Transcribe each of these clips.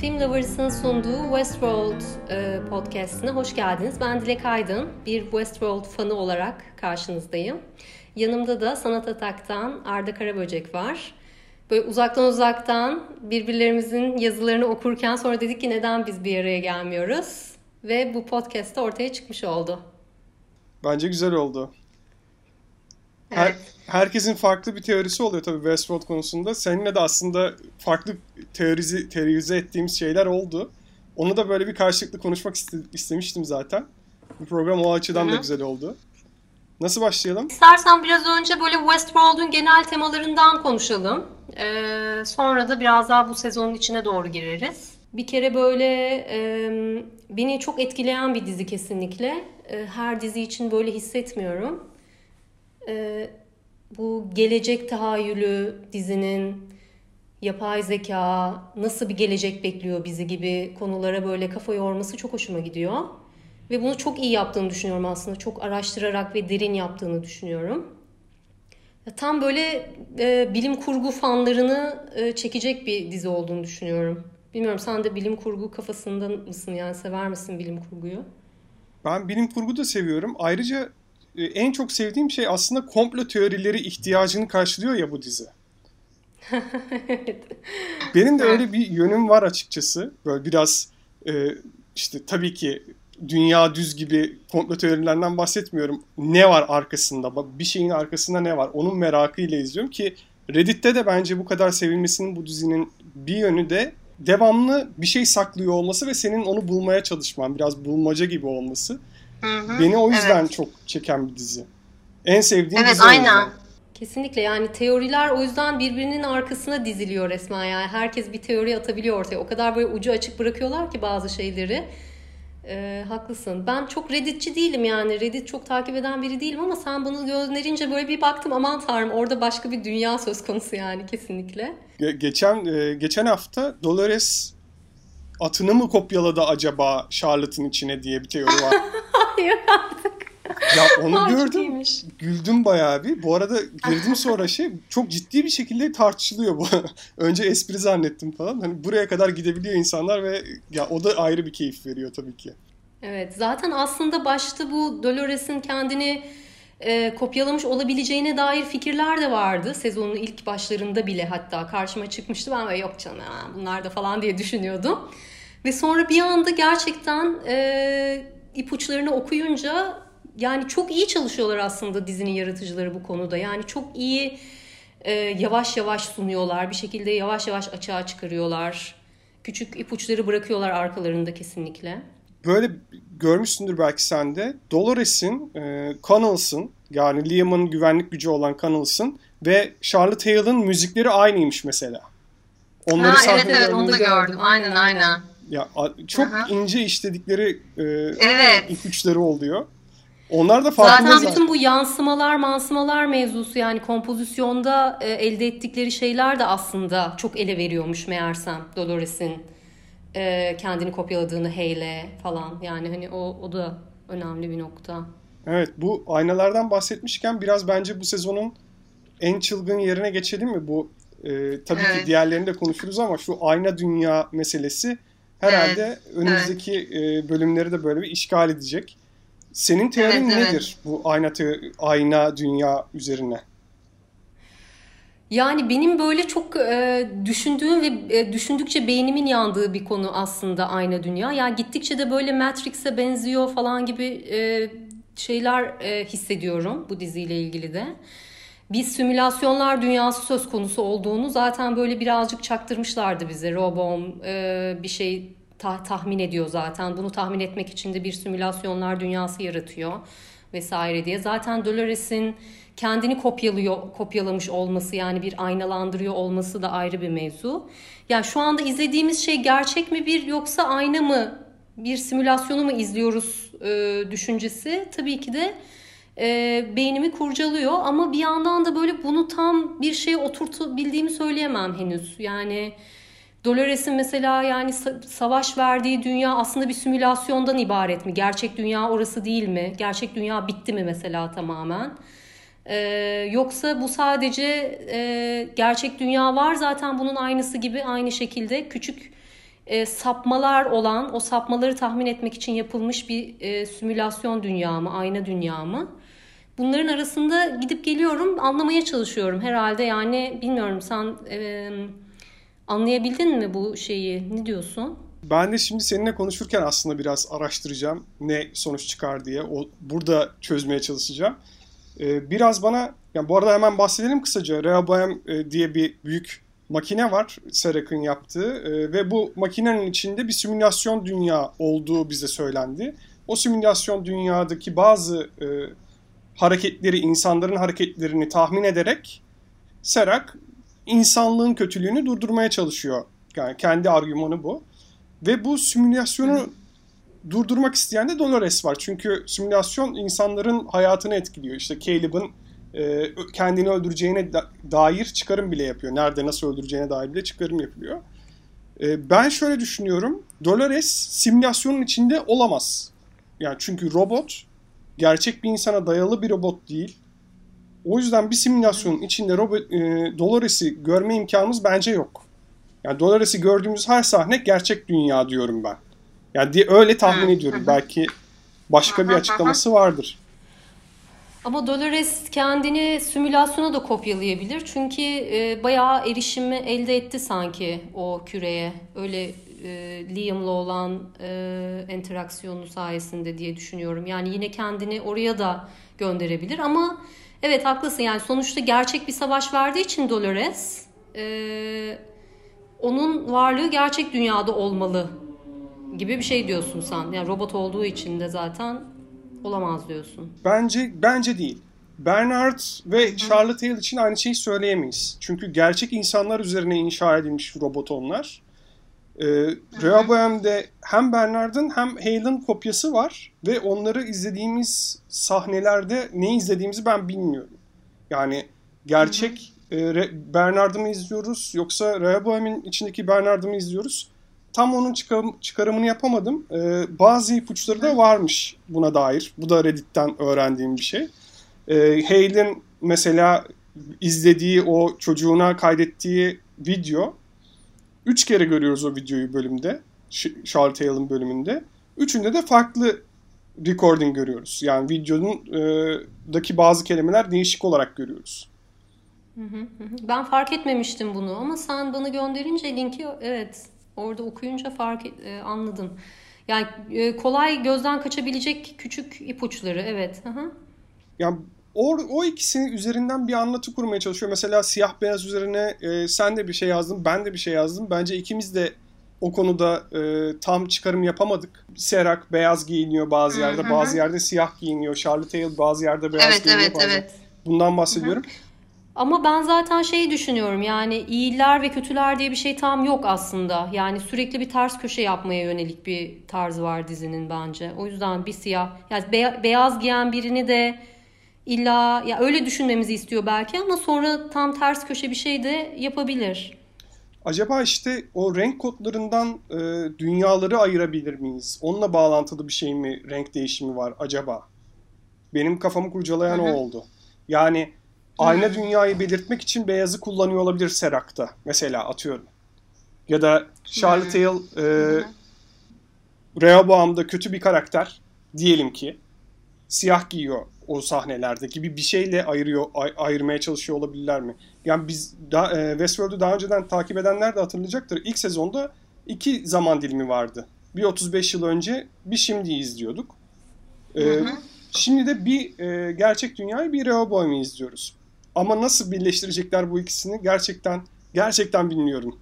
Film Lovers'ın sunduğu Westworld podcast'ine hoş geldiniz. Ben Dilek Aydın, bir Westworld fanı olarak karşınızdayım. Yanımda da Sanat Atak'tan Arda Karaböcek var. Böyle uzaktan birbirlerimizin yazılarını okurken sonra dedik ki neden biz bir araya gelmiyoruz? Ve bu podcast'ta ortaya çıkmış oldu. Bence güzel oldu. Evet. Herkesin farklı bir teorisi oluyor tabii Westworld konusunda. Seninle de aslında farklı teorize ettiğimiz şeyler oldu. Onu da böyle bir karşılıklı konuşmak istemiştim zaten. Bu program o açıdan da güzel oldu. Nasıl başlayalım? İstersen biraz önce böyle Westworld'un genel temalarından konuşalım. Sonra da biraz daha bu sezonun içine doğru gireriz. Bir kere böyle beni çok etkileyen bir dizi kesinlikle. Her dizi için böyle hissetmiyorum. Bu gelecek tahayyülü dizinin, yapay zeka, nasıl bir gelecek bekliyor bizi gibi konulara böyle kafa yorması çok hoşuma gidiyor. Ve bunu çok iyi yaptığını düşünüyorum aslında. Çok araştırarak ve derin yaptığını düşünüyorum. Tam böyle bilim kurgu fanlarını çekecek bir dizi olduğunu düşünüyorum. Bilmiyorum, sen de bilim kurgu kafasında mısın? Yani sever misin bilim kurguyu? Ben bilim kurgu da seviyorum. Ayrıca en çok sevdiğim şey aslında komplo teorileri ihtiyacını karşılıyor ya bu dizi. Evet. Benim de öyle bir yönüm var açıkçası. Böyle biraz işte tabii ki dünya düz gibi komplo teorilerinden bahsetmiyorum. Ne var arkasında? Bir şeyin arkasında ne var? Onun merakıyla izliyorum ki Reddit'te de bence bu kadar sevilmesinin bu dizinin bir yönü de devamlı bir şey saklıyor olması ve senin onu bulmaya çalışman. Biraz bulmaca gibi olması. Hı-hı. Beni o yüzden Evet. çok çeken bir dizi. En sevdiğim Evet, dizi o yüzden. aynen. Kesinlikle, yani teoriler o yüzden birbirinin arkasına diziliyor resmen yani. Herkes bir teori atabiliyor ortaya. O kadar böyle ucu açık bırakıyorlar ki bazı şeyleri. Haklısın. Ben çok Redditçi değilim yani. Reddit çok takip eden biri değilim ama sen bunu gönderince böyle bir baktım, aman tanrım, orada başka bir dünya söz konusu yani, kesinlikle. Geçen hafta Dolores atını mı kopyaladı acaba Charlotte'ın içine diye bir teori var. Hayır artık. Ya onu Ay, çok gördüm, iyiymiş. güldüm bayağı bir. Bu arada girdim sonra çok ciddi bir şekilde tartışılıyor bu. Önce espri zannettim falan. Hani buraya kadar gidebiliyor insanlar ve ya o da ayrı bir keyif veriyor tabii ki. Evet, zaten aslında başta bu Dolores'in kendini kopyalamış olabileceğine dair fikirler de vardı. Sezonun ilk başlarında bile hatta karşıma çıkmıştı. Ben böyle yok canım bunlar da falan diye düşünüyordum. Ve sonra bir anda gerçekten ipuçlarını okuyunca yani çok iyi çalışıyorlar aslında dizinin yaratıcıları bu konuda. Yani çok iyi yavaş yavaş sunuyorlar. Bir şekilde yavaş yavaş açığa çıkarıyorlar. Küçük ipuçları bırakıyorlar arkalarında kesinlikle. Böyle görmüşsündür belki sen de. Dolores'in, Connells'ın yani Liam'ın güvenlik gücü olan Connells'ın ve Charlotte Hale'ın müzikleri aynıymış mesela. Onları Evet, onu da gördüm. Aynen. Ya çok ince işledikleri Evet. ipuçları oluyor. Onlar da farkında Zaten zaten. bütün bu yansımalar mevzusu, yani kompozisyonda elde ettikleri şeyler de aslında çok ele veriyormuş meğersem Dolores'in kendini kopyaladığını Hale falan. Yani hani o da önemli bir nokta. Evet, bu aynalardan bahsetmişken biraz bence bu sezonun en çılgın yerine geçelim mi? Bu tabii ki diğerlerini de konuşuruz ama şu ayna dünya meselesi herhalde önümüzdeki bölümleri de böyle bir işgal edecek. Senin teorin nedir bu ayna dünya üzerine? Yani benim böyle çok düşündüğüm ve düşündükçe beynimin yandığı bir konu aslında ayna dünya. Yani gittikçe de böyle Matrix'e benziyor falan gibi şeyler hissediyorum bu diziyle ilgili de. Bir simülasyonlar dünyası söz konusu olduğunu zaten böyle birazcık çaktırmışlardı bize. Robom bir şey tahmin ediyor zaten. Bunu tahmin etmek için de bir simülasyonlar dünyası yaratıyor vesaire diye. Zaten Dolores'in kendini kopyalamış olması, yani bir aynalandırıyor olması da ayrı bir mevzu. Yani şu anda izlediğimiz şey gerçek mi yoksa ayna mı, bir simülasyonu mu izliyoruz düşüncesi tabii ki de beynimi kurcalıyor ama bir yandan da böyle bunu tam bir şeye oturtabildiğimi söyleyemem henüz. Yani Dolores'in mesela yani savaş verdiği dünya aslında bir simülasyondan ibaret mi? Gerçek dünya orası değil mi? Gerçek dünya bitti mi mesela tamamen? Yoksa bu sadece gerçek dünya var zaten bunun aynısı gibi, aynı şekilde küçük sapmalar olan, o sapmaları tahmin etmek için yapılmış bir simülasyon dünya mı, ayna dünya mı? Bunların arasında gidip geliyorum, anlamaya çalışıyorum herhalde. Yani bilmiyorum, sen anlayabildin mi bu şeyi? Ne diyorsun? Ben de şimdi seninle konuşurken aslında biraz araştıracağım ne sonuç çıkar diye. Burada çözmeye çalışacağım. Biraz bana, yani bu arada hemen bahsedelim kısaca. Rehoboam diye bir büyük makine var Serak'ın yaptığı ve bu makinenin içinde bir simülasyon dünya olduğu bize söylendi. O simülasyon dünyadaki bazı hareketleri, insanların hareketlerini tahmin ederek Serac insanlığın kötülüğünü durdurmaya çalışıyor. Yani kendi argümanı bu. Ve bu simülasyonu durdurmak isteyen de Dolores var. Çünkü simülasyon insanların hayatını etkiliyor. İşte Caleb'ın kendini öldüreceğine dair çıkarım bile yapıyor. Nerede, nasıl öldüreceğine dair bile çıkarım yapılıyor. Ben şöyle düşünüyorum. Dolores simülasyonun içinde olamaz. Yani çünkü robot gerçek bir insana dayalı bir robot değil. O yüzden bir simülasyonun içinde Dolores'i görme imkanımız bence yok. Yani Dolores'i gördüğümüz her sahne gerçek dünya diyorum ben. Yani öyle tahmin ediyorum. Belki başka bir açıklaması vardır. Ama Dolores kendini simülasyona da kopyalayabilir. Çünkü bayağı erişimi elde etti sanki o küreye. Öyle Liam'la olan interaksiyonu sayesinde diye düşünüyorum. Yani yine kendini oraya da gönderebilir. Ama evet, haklısın. Yani sonuçta gerçek bir savaş verdiği için Dolores, onun varlığı gerçek dünyada olmalı gibi bir şey diyorsun sen. Yani robot olduğu için de zaten olamaz diyorsun. Bence değil. Bernard ve Charlotte Hale için aynı şeyi söyleyemeyiz. Çünkü gerçek insanlar üzerine inşa edilmiş robot onlar. Rehoboam'de hem Bernard'ın hem Hale'ın kopyası var ve onları izlediğimiz sahnelerde ne izlediğimizi ben bilmiyorum. Yani gerçek Bernard'ı mı izliyoruz yoksa Rehoboam'in içindeki Bernard'ı mı izliyoruz? Tam onun çıkarımını yapamadım. Bazı ipuçları da varmış buna dair. Bu da Reddit'ten öğrendiğim bir şey. Hale'in mesela izlediği, o çocuğuna kaydettiği video, 3 kere görüyoruz o videoyu bölümde. Charlotte Hale'ın bölümünde. Üçünde de farklı recording görüyoruz. Yani videonun daki bazı kelimeler değişik olarak görüyoruz. Ben fark etmemiştim bunu ama sen bana gönderince linki, evet, orada okuyunca anladım. Yani kolay gözden kaçabilecek küçük ipuçları, evet. Yani o ikisinin üzerinden bir anlatı kurmaya çalışıyor. Mesela siyah beyaz üzerine sen de bir şey yazdın, ben de bir şey yazdım. Bence ikimiz de o konuda tam çıkarım yapamadık. Serac beyaz giyiniyor bazı yerde, bazı yerde siyah giyiniyor. Charlotte Hale bazı yerde beyaz giyiniyor. Evet. Bundan bahsediyorum. Ama ben zaten şeyi düşünüyorum, yani iyiler ve kötüler diye bir şey tam yok aslında. Yani sürekli bir ters köşe yapmaya yönelik bir tarzı var dizinin bence. O yüzden bir siyah, yani beyaz giyen birini de illa ya öyle düşünmemizi istiyor belki ama sonra tam ters köşe bir şey de yapabilir. Acaba işte o renk kodlarından dünyaları ayırabilir miyiz? Onunla bağlantılı bir şey mi, renk değişimi var acaba? Benim kafamı kurcalayan o oldu. Yani ayna dünyayı belirtmek için beyazı kullanıyor olabilir Serac'ta. Mesela atıyorum. Ya da Charlotte Hale Rehoboam'da kötü bir karakter diyelim ki siyah giyiyor o sahnelerde gibi bir şeyle ayırmaya çalışıyor olabilirler mi? Yani biz Westworld'u daha önceden takip edenler de hatırlayacaktır. İlk sezonda 2 zaman dilimi vardı. Bir 35 yıl önce, bir şimdi izliyorduk. Şimdi de bir gerçek dünyayı, bir Rehoboam'ı izliyoruz. Ama nasıl birleştirecekler bu ikisini gerçekten bilmiyorum.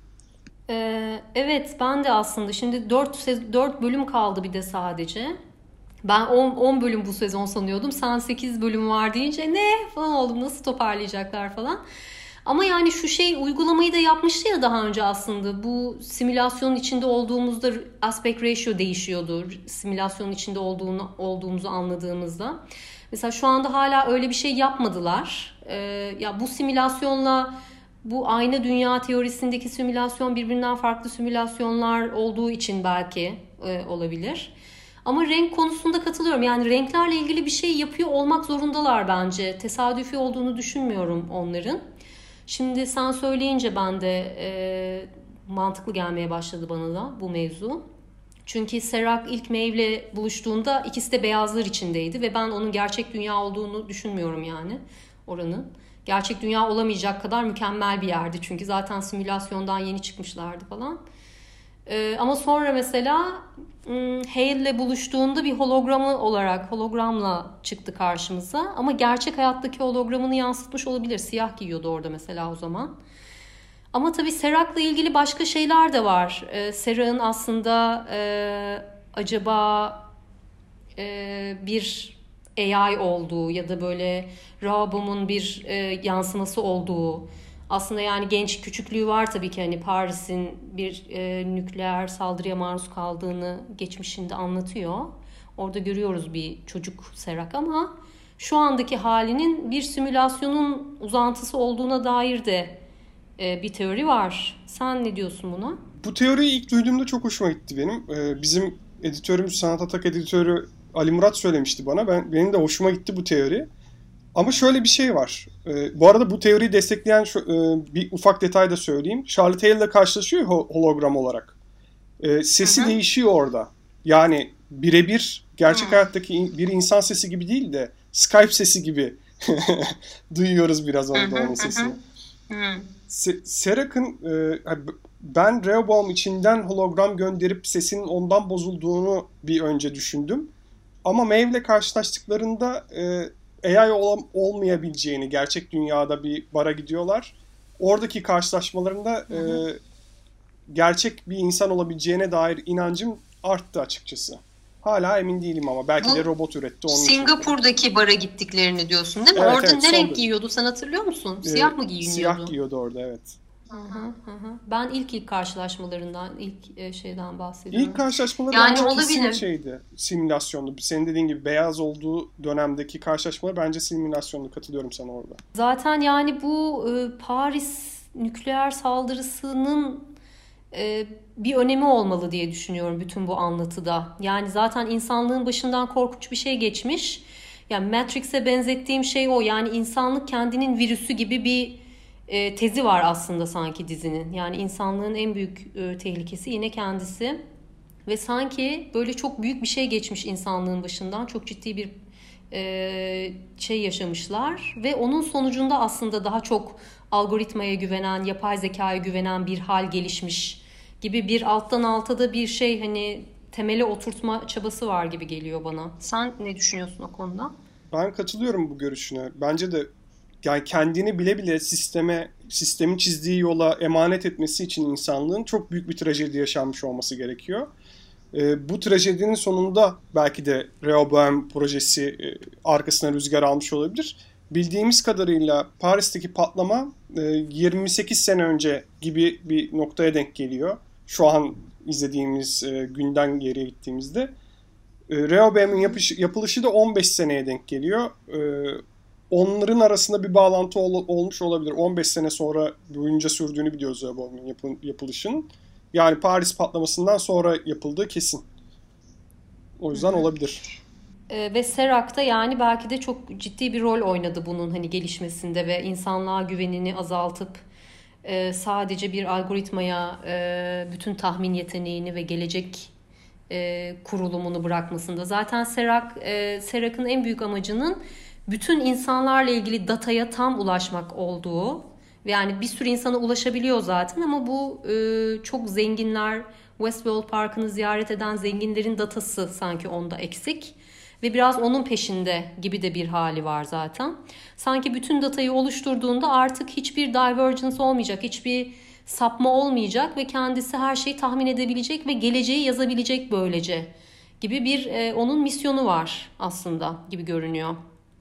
Evet, ben de aslında şimdi 4 bölüm kaldı bir de sadece. Ben 10 bölüm bu sezon sanıyordum. Sen 8 bölüm var deyince ne falan oldum, nasıl toparlayacaklar falan. Ama yani şu uygulamayı da yapmıştı ya daha önce aslında. Bu simülasyonun içinde olduğumuzda aspect ratio değişiyordu. Simülasyonun içinde olduğumuzu anladığımızda. Mesela şu anda hala öyle bir şey yapmadılar. Ya bu simülasyonla bu ayna dünya teorisindeki simülasyon birbirinden farklı simülasyonlar olduğu için belki olabilir. Ama renk konusunda katılıyorum. Yani renklerle ilgili bir şey yapıyor olmak zorundalar bence. Tesadüfi olduğunu düşünmüyorum onların. Şimdi sen söyleyince ben de mantıklı gelmeye başladı bana da bu mevzu. Çünkü Serac ilk Maeve'le buluştuğunda ikisi de beyazlar içindeydi ve ben onun gerçek dünya olduğunu düşünmüyorum yani oranın. Gerçek dünya olamayacak kadar mükemmel bir yerdi çünkü zaten simülasyondan yeni çıkmışlardı falan. Ama sonra mesela Hale'le buluştuğunda bir hologramla çıktı karşımıza. Ama gerçek hayattaki hologramını yansıtmış olabilir. Siyah giyiyordu orada mesela o zaman. Ama tabii Serac'la ilgili başka şeyler de var. Serac'ın aslında acaba bir AI olduğu ya da böyle Rehoboam'un bir yansıması olduğu. Aslında yani genç küçüklüğü var tabii ki hani Paris'in bir nükleer saldırıya maruz kaldığını geçmişinde anlatıyor. Orada görüyoruz bir çocuk Serac ama şu andaki halinin bir simülasyonun uzantısı olduğuna dair de bir teori var. Sen ne diyorsun buna? Bu teoriyi ilk duyduğumda çok hoşuma gitti benim. Bizim editörümüz, Sanat Atak editörü Ali Murat söylemişti bana. Benim de hoşuma gitti bu teori. Ama şöyle bir şey var. Bu arada bu teoriyi destekleyen bir ufak detay da söyleyeyim. Charlotte Hale ile karşılaşıyor hologram olarak. Sesi değişiyor orada. Yani birebir gerçek hayattaki bir insan sesi gibi değil de Skype sesi gibi duyuyoruz biraz orada onun sesini. Serac'ın ben Rehoboam içinden hologram gönderip sesinin ondan bozulduğunu bir önce düşündüm. Ama Maeve'le karşılaştıklarında AI olmayabileceğini, gerçek dünyada bir bara gidiyorlar. Oradaki karşılaşmalarında gerçek bir insan olabileceğine dair inancım arttı açıkçası. Hala emin değilim ama belki de robot üretti. Onun Singapur'daki için. Bara gittiklerini diyorsun değil mi? Evet, orada ne renk giyiyordu sen hatırlıyor musun? Siyah mı giyiniyordu? Siyah giyiyordu orada, evet. Ben ilk karşılaşmalarından, ilk şeyden bahsediyorum. İlk karşılaşmaları yani bence olabilir. kesin şeydi, simülasyonlu. Senin dediğin gibi beyaz olduğu dönemdeki karşılaşmalar bence simülasyonlu. Katılıyorum sana orada. Zaten yani bu Paris nükleer saldırısının bir önemi olmalı diye düşünüyorum bütün bu anlatıda. Yani zaten insanlığın başından korkunç bir şey geçmiş. Yani Matrix'e benzettiğim şey o. Yani insanlık kendinin virüsü gibi bir tezi var aslında sanki dizinin. Yani insanlığın en büyük tehlikesi yine kendisi. Ve sanki böyle çok büyük bir şey geçmiş insanlığın başından. Çok ciddi bir şey yaşamışlar. Ve onun sonucunda aslında daha çok algoritmaya güvenen, yapay zekaya güvenen bir hal gelişmiş gibi bir alttan alta da bir şey hani temele oturtma çabası var gibi geliyor bana. Sen ne düşünüyorsun o konuda? Ben katılıyorum bu görüşüne. Bence de yani kendini bile bile sistemin çizdiği yola emanet etmesi için insanlığın çok büyük bir trajedi yaşanmış olması gerekiyor. Bu trajedinin sonunda belki de Rehoboam projesi arkasına rüzgar almış olabilir. Bildiğimiz kadarıyla Paris'teki patlama 28 sene önce gibi bir noktaya denk geliyor. Şu an izlediğimiz günden geriye gittiğimizde. Rehoboam'ın yapılışı da 15 seneye denk geliyor. Onların arasında bir bağlantı olmuş olabilir. 15 sene sonra boyunca sürdüğünü biliyoruz Rehoboam'ın yapılışının. Yani Paris patlamasından sonra yapıldığı kesin. O yüzden olabilir. Ve Serac da yani belki de çok ciddi bir rol oynadı bunun hani gelişmesinde ve insanlığa güvenini azaltıp sadece bir algoritmaya bütün tahmin yeteneğini ve gelecek kurulumunu bırakmasında. Zaten Serac'ın en büyük amacının bütün insanlarla ilgili dataya tam ulaşmak olduğu ve yani bir sürü insana ulaşabiliyor zaten ama bu çok zenginler, Westworld Parkı'nı ziyaret eden zenginlerin datası sanki onda eksik ve biraz onun peşinde gibi de bir hali var zaten. Sanki bütün datayı oluşturduğunda artık hiçbir divergence olmayacak, hiçbir sapma olmayacak ve kendisi her şeyi tahmin edebilecek ve geleceği yazabilecek böylece gibi bir onun misyonu var aslında gibi görünüyor.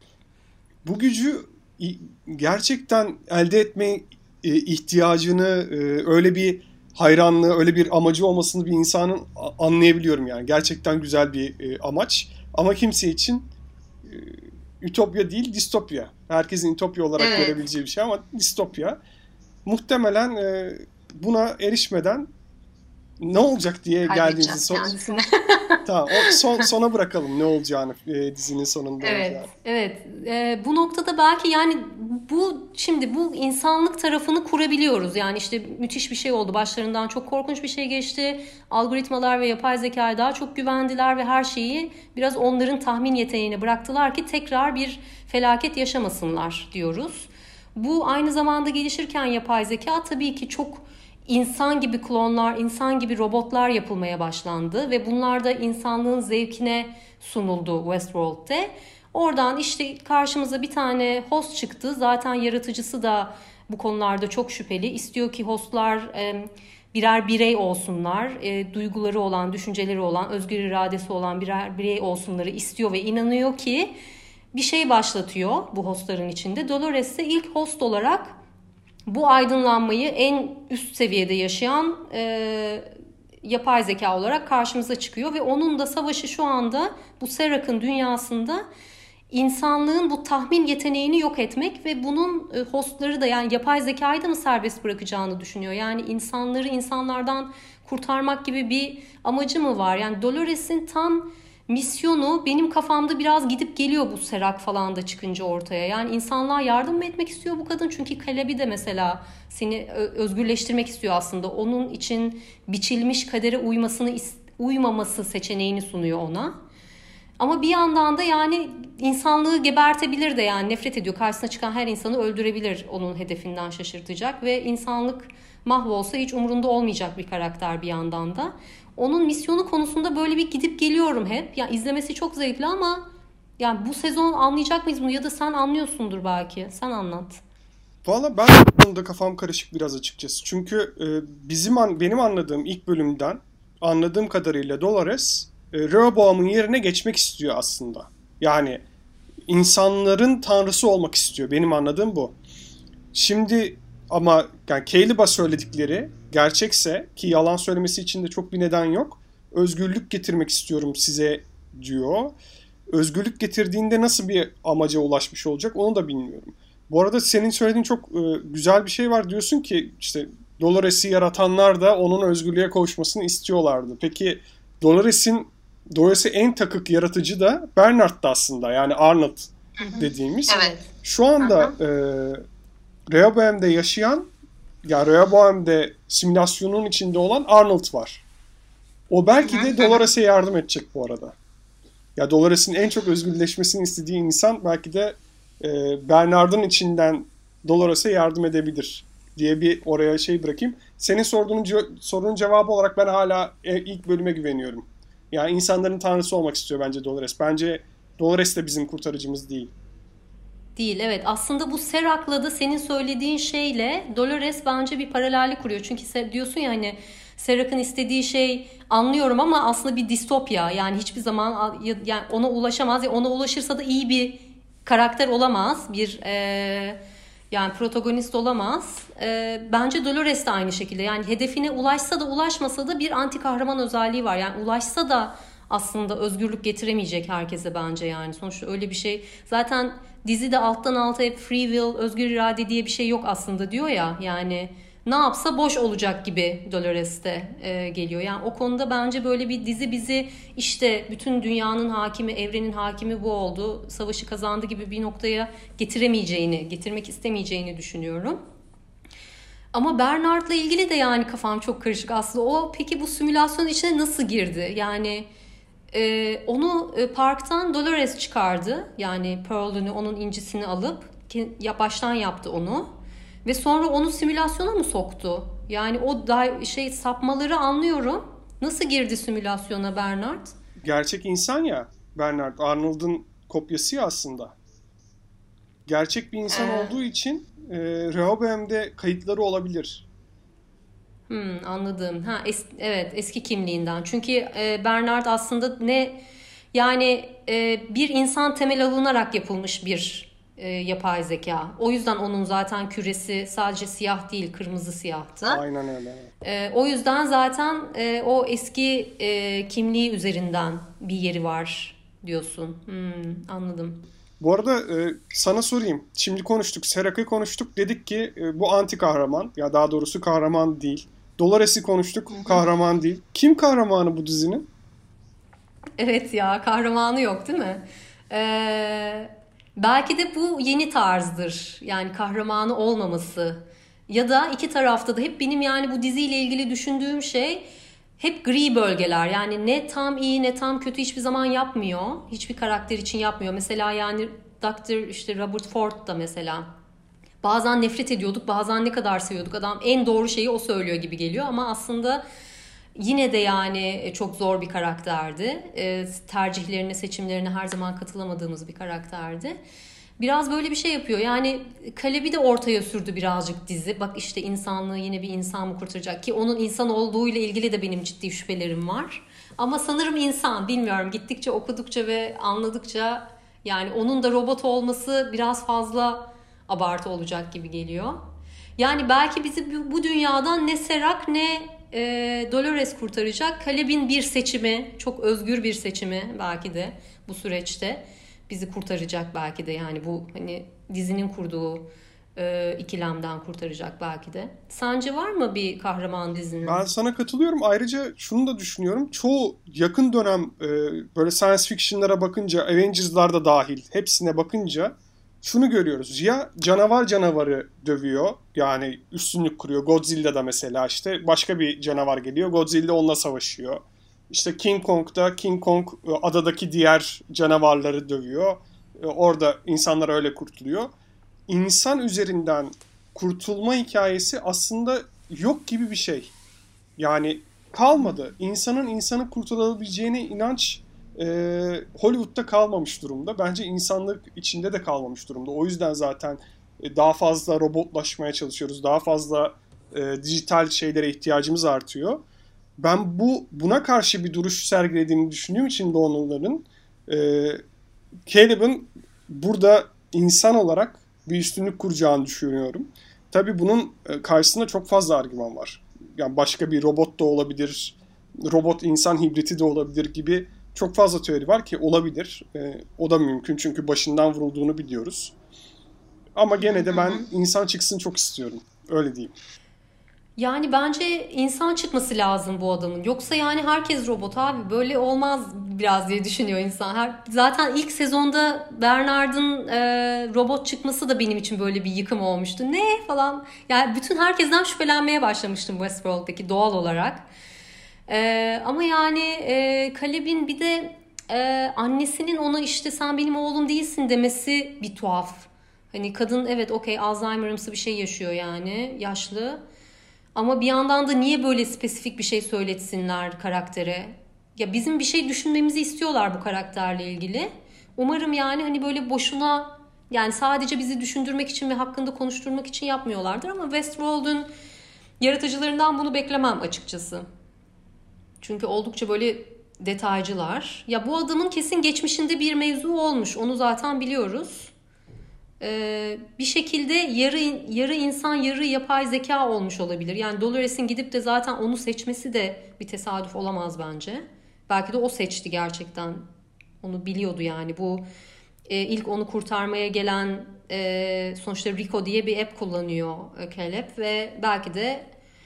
Bu gücü gerçekten elde etme ihtiyacını, öyle bir hayranlığı, öyle bir amacı olmasını bir insanın anlayabiliyorum yani. Gerçekten güzel bir amaç. Ama kimse için ütopya değil, distopya. Herkesin ütopya olarak görebileceği bir şey ama distopya. Muhtemelen buna erişmeden Ne olacak diye geldiğinizde Kaybedeceğiz kendisini. Tamam, sona bırakalım ne olacağını, dizinin sonunda Evet, olacağını. evet. Bu noktada belki yani şimdi bu insanlık tarafını kurabiliyoruz. Yani işte müthiş bir şey oldu. Başlarından çok korkunç bir şey geçti. Algoritmalar ve yapay zekaya daha çok güvendiler ve her şeyi biraz onların tahmin yeteneğine bıraktılar ki tekrar bir felaket yaşamasınlar diyoruz. Bu aynı zamanda gelişirken yapay zeka tabii ki çok insan gibi klonlar, insan gibi robotlar yapılmaya başlandı ve bunlar da insanlığın zevkine sunuldu Westworld'de. Oradan işte karşımıza bir tane host çıktı. Zaten yaratıcısı da bu konularda çok şüpheli. İstiyor ki hostlar birer birey olsunlar. Duyguları olan, düşünceleri olan, özgür iradesi olan birer birey olsunları istiyor ve inanıyor ki bir şey başlatıyor bu hostların içinde. Dolores de ilk host olarak bu aydınlanmayı en üst seviyede yaşayan yapay zeka olarak karşımıza çıkıyor ve onun da savaşı şu anda bu Serak'ın dünyasında insanlığın bu tahmin yeteneğini yok etmek ve bunun hostları da yani yapay zekayı da mı serbest bırakacağını düşünüyor. Yani insanları insanlardan kurtarmak gibi bir amacı mı var? Yani Dolores'in tam misyonu benim kafamda biraz gidip geliyor bu Serak falan da çıkınca ortaya. Yani insanlığa yardım mı etmek istiyor bu kadın? Çünkü Celebi de mesela seni özgürleştirmek istiyor aslında. Onun için biçilmiş kadere uymaması seçeneğini sunuyor ona. Ama bir yandan da yani insanlığı gebertebilir de yani nefret ediyor. Karşısına çıkan her insanı öldürebilir onun hedefinden şaşırtacak ve insanlık mahvolsa hiç umurunda olmayacak bir karakter bir yandan da. Onun misyonu konusunda böyle bir gidip geliyorum hep. Ya izlemesi çok zevkli ama yani bu sezon anlayacak mıyız bunu ya da sen anlıyorsundur belki. Sen anlat. Valla ben bu konuda kafam karışık biraz açıkçası. Çünkü benim anladığım ilk bölümden anladığım kadarıyla Dolores Rehoboam'ın yerine geçmek istiyor aslında. Yani insanların tanrısı olmak istiyor. Benim anladığım bu. Şimdi ama yani Caleb'a söyledikleri gerçekse ki yalan söylemesi için de çok bir neden yok. Özgürlük getirmek istiyorum size diyor. Özgürlük getirdiğinde nasıl bir amaca ulaşmış olacak onu da bilmiyorum. Bu arada senin söylediğin çok güzel bir şey var. Diyorsun ki işte Dolores'i yaratanlar da onun özgürlüğe kavuşmasını istiyorlardı. Peki Dolores'i en takık yaratıcı da Bernard'dı aslında. Yani Arnold dediğimiz. Evet. Şu anda Rehoboam'de yaşayan ya Rehoboam'de simülasyonun içinde olan Arnold var. O belki de Dolores'e yardım edecek bu arada. Ya Dolores'in en çok özgürleşmesini istediği insan belki de Bernard'ın içinden Dolores'e yardım edebilir diye bir oraya şey bırakayım. Senin sorunun cevabı olarak ben hala ilk bölüme güveniyorum. Yani insanların tanrısı olmak istiyor bence Dolores. Bence Dolores de bizim kurtarıcımız değil. Değil, evet. Aslında bu Serak'la da senin söylediğin şeyle Dolores bence bir paralellik kuruyor. Çünkü diyorsun ya hani Serak'ın istediği şey anlıyorum ama aslında bir distopya. Yani hiçbir zaman yani ona ulaşamaz. Ya ona ulaşırsa da iyi bir karakter olamaz. Yani protagonist olamaz. Bence Dolores de aynı şekilde. Yani hedefine ulaşsa da ulaşmasa da bir anti kahraman özelliği var. Yani ulaşsa da aslında özgürlük getiremeyecek herkese bence yani. Sonuçta öyle bir şey. Zaten dizide alttan alta hep free will, özgür irade diye bir şey yok aslında diyor ya. Yani ne yapsa boş olacak gibi Dolores'te geliyor. Yani o konuda bence böyle bir dizi bizi işte bütün dünyanın hakimi, evrenin hakimi bu oldu. Savaşı kazandı gibi bir noktaya getirmek istemeyeceğini düşünüyorum. Ama Bernard'la ilgili de yani kafam çok karışık aslında. O peki bu simülasyonun içine nasıl girdi? Yani onu parktan Dolores çıkardı. Yani Pearl'ünü, onun incisini alıp baştan yaptı onu. Ve sonra onu simülasyona mı soktu? Yani o sapmaları anlıyorum. Nasıl girdi simülasyona Bernard? Gerçek insan ya Bernard. Arnold'un kopyası ya aslında. Gerçek bir insan olduğu için Rehoboam'de kayıtları olabilir. Anladım. Evet, eski kimliğinden. Çünkü Bernard aslında bir insan temel alınarak yapılmış bir yapay zeka. O yüzden onun zaten küresi sadece siyah değil, kırmızı siyahtı. Aynen öyle. O yüzden zaten o eski kimliği üzerinden bir yeri var diyorsun. Anladım. Bu arada sana sorayım. Şimdi konuştuk. Serak'ı konuştuk. Dedik ki bu anti kahraman. Ya daha doğrusu kahraman değil. Dolores'i konuştuk. Kahraman değil. Kim kahramanı bu dizinin? Evet ya, kahramanı yok değil mi? Belki de bu yeni tarzdır. Yani kahramanı olmaması. Ya da iki tarafta da hep benim yani bu diziyle ilgili düşündüğüm şey hep gri bölgeler. Yani ne tam iyi ne tam kötü hiçbir zaman yapmıyor. Hiçbir karakter için yapmıyor. Mesela yani Dr. işte Robert Ford da mesela. Bazen nefret ediyorduk, bazen ne kadar seviyorduk. Adam en doğru şeyi o söylüyor gibi geliyor ama aslında yine de yani çok zor bir karakterdi. Tercihlerine, seçimlerine her zaman katılamadığımız bir karakterdi. Biraz böyle bir şey yapıyor. Yani Caleb'i de ortaya sürdü birazcık dizi. Bak işte insanlığı yine bir insan mı kurtaracak? Ki onun insan olduğuyla ilgili de benim ciddi şüphelerim var. Ama sanırım insan, bilmiyorum. Gittikçe okudukça ve anladıkça yani onun da robot olması biraz fazla abartı olacak gibi geliyor. Yani belki bizi bu dünyadan ne Serac ne Dolores kurtaracak. Caleb'in bir seçimi, çok özgür bir seçimi belki de bu süreçte bizi kurtaracak belki de. Yani bu hani dizinin kurduğu ikilemden kurtaracak belki de. Sence var mı bir kahraman dizinin? Ben sana katılıyorum. Ayrıca şunu da düşünüyorum. Çoğu yakın dönem böyle science fiction'lara bakınca, Avengers'lar da dahil hepsine bakınca şunu görüyoruz. Ya canavarı dövüyor. Yani üstünlük kuruyor. Godzilla'da mesela işte başka bir canavar geliyor. Godzilla onunla savaşıyor. İşte King Kong'da King Kong adadaki diğer canavarları dövüyor. Orada insanlar öyle kurtuluyor. İnsan üzerinden kurtulma hikayesi aslında yok gibi bir şey. Yani kalmadı. İnsanın insanı kurtulabileceğine inanç Hollywood'da kalmamış durumda. Bence insanlık içinde de kalmamış durumda. O yüzden zaten daha fazla robotlaşmaya çalışıyoruz. Daha fazla dijital şeylere ihtiyacımız artıyor. Ben buna karşı bir duruş sergilediğini düşündüğüm için Donald'ların Caleb'in burada insan olarak bir üstünlük kuracağını düşünüyorum. Tabii bunun karşısında çok fazla argüman var. Yani başka bir robot da olabilir, robot insan hibriti de olabilir gibi çok fazla teori var ki olabilir. O da mümkün çünkü başından vurulduğunu biliyoruz. Ama gene de ben insan çıksın çok istiyorum. Öyle diyeyim. Yani bence insan çıkması lazım bu adamın. Yoksa yani herkes robot abi. Böyle olmaz biraz diye düşünüyor insan. Zaten ilk sezonda Bernard'ın robot çıkması da benim için böyle bir yıkım olmuştu. Ne falan. Yani bütün herkesten şüphelenmeye başlamıştım Westworld'daki doğal olarak. Ama yani Caleb'in bir de annesinin ona işte sen benim oğlum değilsin demesi bir tuhaf. Hani kadın evet okey Alzheimer'ımsı bir şey yaşıyor yani yaşlı. Ama bir yandan da niye böyle spesifik bir şey söyletsinler karaktere? Ya bizim bir şey düşünmemizi istiyorlar bu karakterle ilgili. Umarım yani hani böyle boşuna yani sadece bizi düşündürmek için ve hakkında konuşturmak için yapmıyorlardır ama Westworld'un yaratıcılarından bunu beklemem açıkçası. Çünkü oldukça böyle detaycılar. Ya bu adamın kesin geçmişinde bir mevzu olmuş. Onu zaten biliyoruz. Bir şekilde yarı insan yarı yapay zeka olmuş olabilir. Yani Dolores'in gidip de zaten onu seçmesi de bir tesadüf olamaz bence. Belki de o seçti gerçekten. Onu biliyordu yani. Bu ilk onu kurtarmaya gelen sonuçta Rico diye bir app kullanıyor Caleb ve belki de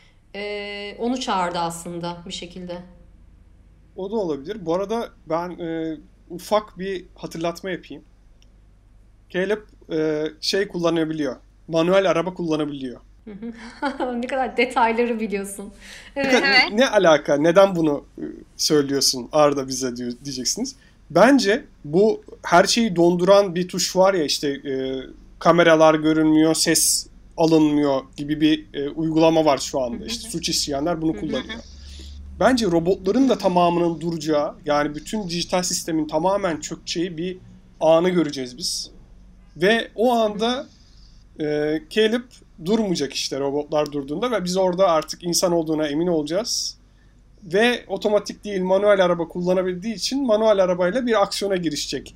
onu çağırdı aslında bir şekilde. O da olabilir. Bu arada ben ufak bir hatırlatma yapayım. Caleb şey kullanabiliyor. Manuel araba kullanabiliyor. Ne kadar detayları biliyorsun. Evet. Ne alaka? Neden bunu söylüyorsun Arda bize diyeceksiniz. Bence bu her şeyi donduran bir tuş var ya işte kameralar görünmüyor, ses alınmıyor gibi bir uygulama var şu anda. İşte suç işleyenler bunu kullanıyor. Bence robotların da tamamının duracağı yani bütün dijital sistemin tamamen çökeceği bir anı göreceğiz biz. Ve o anda Caleb durmayacak işte robotlar durduğunda ve biz orada artık insan olduğuna emin olacağız. Ve otomatik değil manuel araba kullanabildiği için manuel arabayla bir aksiyona girişecek.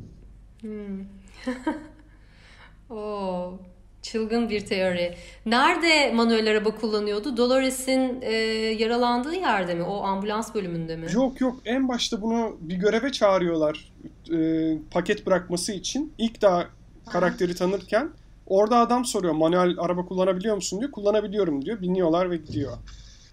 Oo, çılgın bir teori. Nerede manuel araba kullanıyordu? Dolores'in yaralandığı yerde mi? O ambulans bölümünde mi? Yok. En başta bunu bir göreve çağırıyorlar. Paket bırakması için. İlk daha karakteri tanırken orada adam soruyor manuel araba kullanabiliyor musun diyor. Kullanabiliyorum diyor. Biniyorlar ve gidiyor.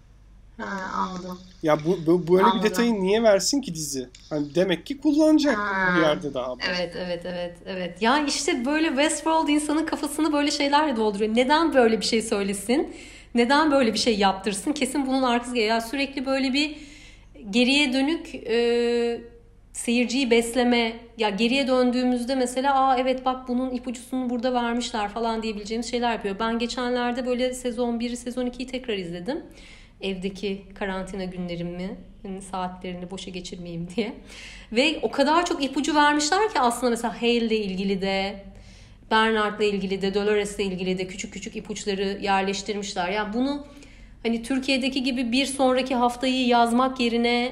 Ha, anladım. Ya böyle bir Anladım. detayı niye versin ki dizi? Hani demek ki kullanacak bir Ha, yerde daha bu. evet. Ya işte böyle Westworld insanın kafasını böyle şeylerle dolduruyor. Neden böyle bir şey söylesin? Neden böyle bir şey yaptırsın? Kesin bunun arkası ya sürekli böyle bir geriye dönük seyirciyi besleme. Ya geriye döndüğümüzde mesela evet bak bunun ipucusunu burada vermişler falan diyebileceğimiz şeyler yapıyor. Ben geçenlerde böyle sezon 1'i sezon 2'yi tekrar izledim. Evdeki karantina günlerimi, saatlerini boşa geçirmeyeyim diye. Ve o kadar çok ipucu vermişler ki aslında mesela Hale'le ilgili de, Bernard'la ilgili de, Dolores'le ilgili de küçük küçük ipuçları yerleştirmişler. Yani bunu hani Türkiye'deki gibi bir sonraki haftayı yazmak yerine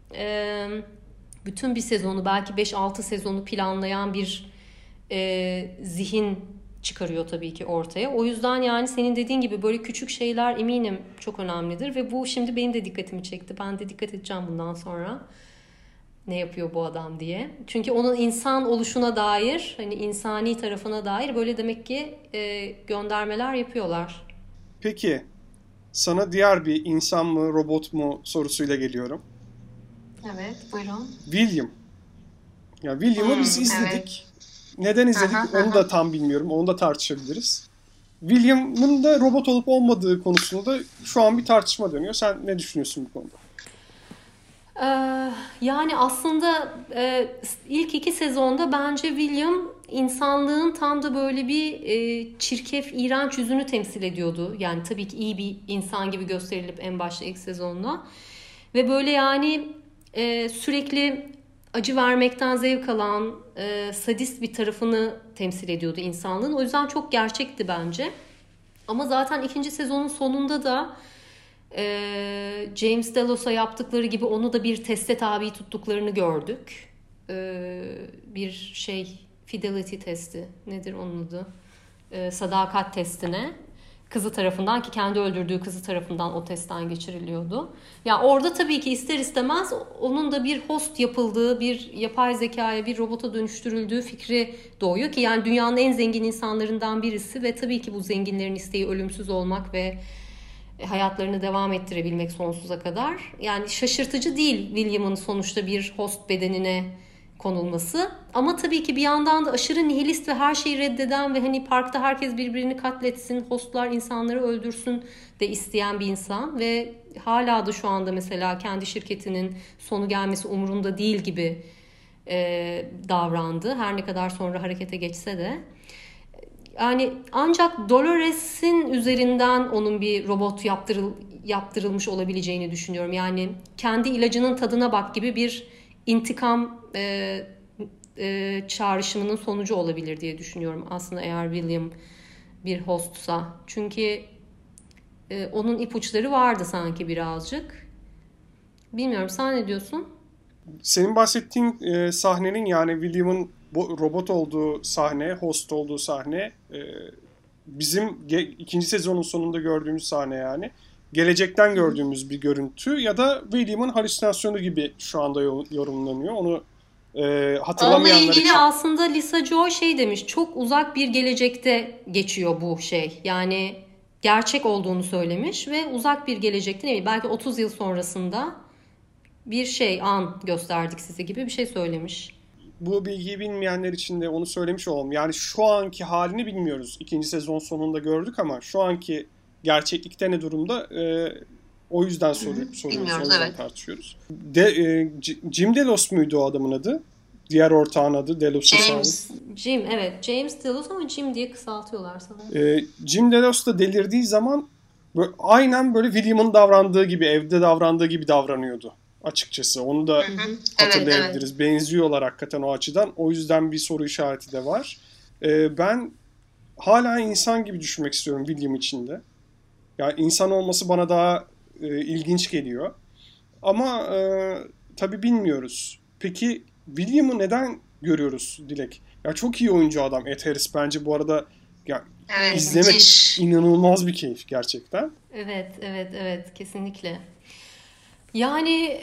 bütün bir sezonu, belki 5-6 sezonu planlayan bir zihin çıkarıyor tabii ki ortaya. O yüzden yani senin dediğin gibi böyle küçük şeyler eminim çok önemlidir ve bu şimdi benim de dikkatimi çekti. Ben de dikkat edeceğim bundan sonra. Ne yapıyor bu adam diye. Çünkü onun insan oluşuna dair, hani insani tarafına dair böyle demek ki göndermeler yapıyorlar. Peki sana diğer bir insan mı robot mu sorusuyla geliyorum. Evet, buyurun. William. Ya William'ı biz izledik. Evet. Neden izledik onu da tam bilmiyorum. Onu da tartışabiliriz. William'ın da robot olup olmadığı konusunda şu an bir tartışma dönüyor. Sen ne düşünüyorsun bu konuda? Yani aslında ilk 2 sezonda bence William insanlığın tam da böyle bir çirkef, iğrenç yüzünü temsil ediyordu. Yani tabii ki iyi bir insan gibi gösterilip en başta ilk sezonda. Ve böyle yani sürekli acı vermekten zevk alan, sadist bir tarafını temsil ediyordu insanlığın. O yüzden çok gerçekti bence. Ama zaten 2. sezonun sonunda da James Delos'a yaptıkları gibi onu da bir teste tabi tuttuklarını gördük. Bir fidelity testi, nedir onun adı? Sadakat testine. Kızı tarafından, ki kendi öldürdüğü kızı tarafından o testten geçiriliyordu. Ya orada tabii ki ister istemez onun da bir host yapıldığı, bir yapay zekaya, bir robota dönüştürüldüğü fikri doğuyor ki yani dünyanın en zengin insanlarından birisi ve tabii ki bu zenginlerin isteği ölümsüz olmak ve hayatlarını devam ettirebilmek sonsuza kadar. Yani şaşırtıcı değil William'ın sonuçta bir host bedenine konulması. Ama tabii ki bir yandan da aşırı nihilist ve her şeyi reddeden ve hani parkta herkes birbirini katletsin, hostlar insanları öldürsün de isteyen bir insan ve hala da şu anda mesela kendi şirketinin sonu gelmesi umurunda değil gibi davrandı. Her ne kadar sonra harekete geçse de. Yani ancak Dolores'in üzerinden onun bir robot yaptırılmış olabileceğini düşünüyorum. Yani kendi ilacının tadına bak gibi bir intikam çağrışımının sonucu olabilir diye düşünüyorum. Aslında eğer William bir hostsa. Çünkü onun ipuçları vardı sanki birazcık. Bilmiyorum, sen ne diyorsun? Senin bahsettiğin sahnenin yani William'ın robot olduğu sahne, host olduğu sahne bizim 2. sezonun sonunda gördüğümüz sahne yani. Gelecekten gördüğümüz bir görüntü ya da William'ın halüsinasyonu gibi şu anda yorumlanıyor. Onu hatırlamayanlar Onunla ilgili için. aslında Lisa Joy demiş. Çok uzak bir gelecekte geçiyor bu şey. Yani gerçek olduğunu söylemiş ve uzak bir gelecekte, ne bileyim, belki 30 yıl sonrasında bir an gösterdik size gibi bir şey söylemiş. Bu bilgiyi bilmeyenler için de onu söylemiş olalım. Yani şu anki halini bilmiyoruz. 2. sezon sonunda gördük ama şu anki gerçeklikte ne durumda? O yüzden soruyoruz. O yüzden tartışıyoruz. Jim Delos muydu o adamın adı? Diğer ortağın adı Delos'a sahip. Jim, evet. James Delos ama Jim diye kısaltıyorlar sanırım. Jim Delos da delirdiği zaman aynen böyle William'ın davrandığı gibi, evde davrandığı gibi davranıyordu açıkçası. Onu da hatırlayabiliriz. Evet. Benziyorlar hakikaten o açıdan. O yüzden bir soru işareti de var. Ben hala insan gibi düşünmek istiyorum William için de. Yani insan olması bana daha ilginç geliyor. Ama tabii bilmiyoruz. Peki William'ı neden görüyoruz Dilek? Ya çok iyi oyuncu adam Ed Harris bence bu arada. Ya izlemek inanılmaz bir keyif gerçekten. Evet, kesinlikle. Yani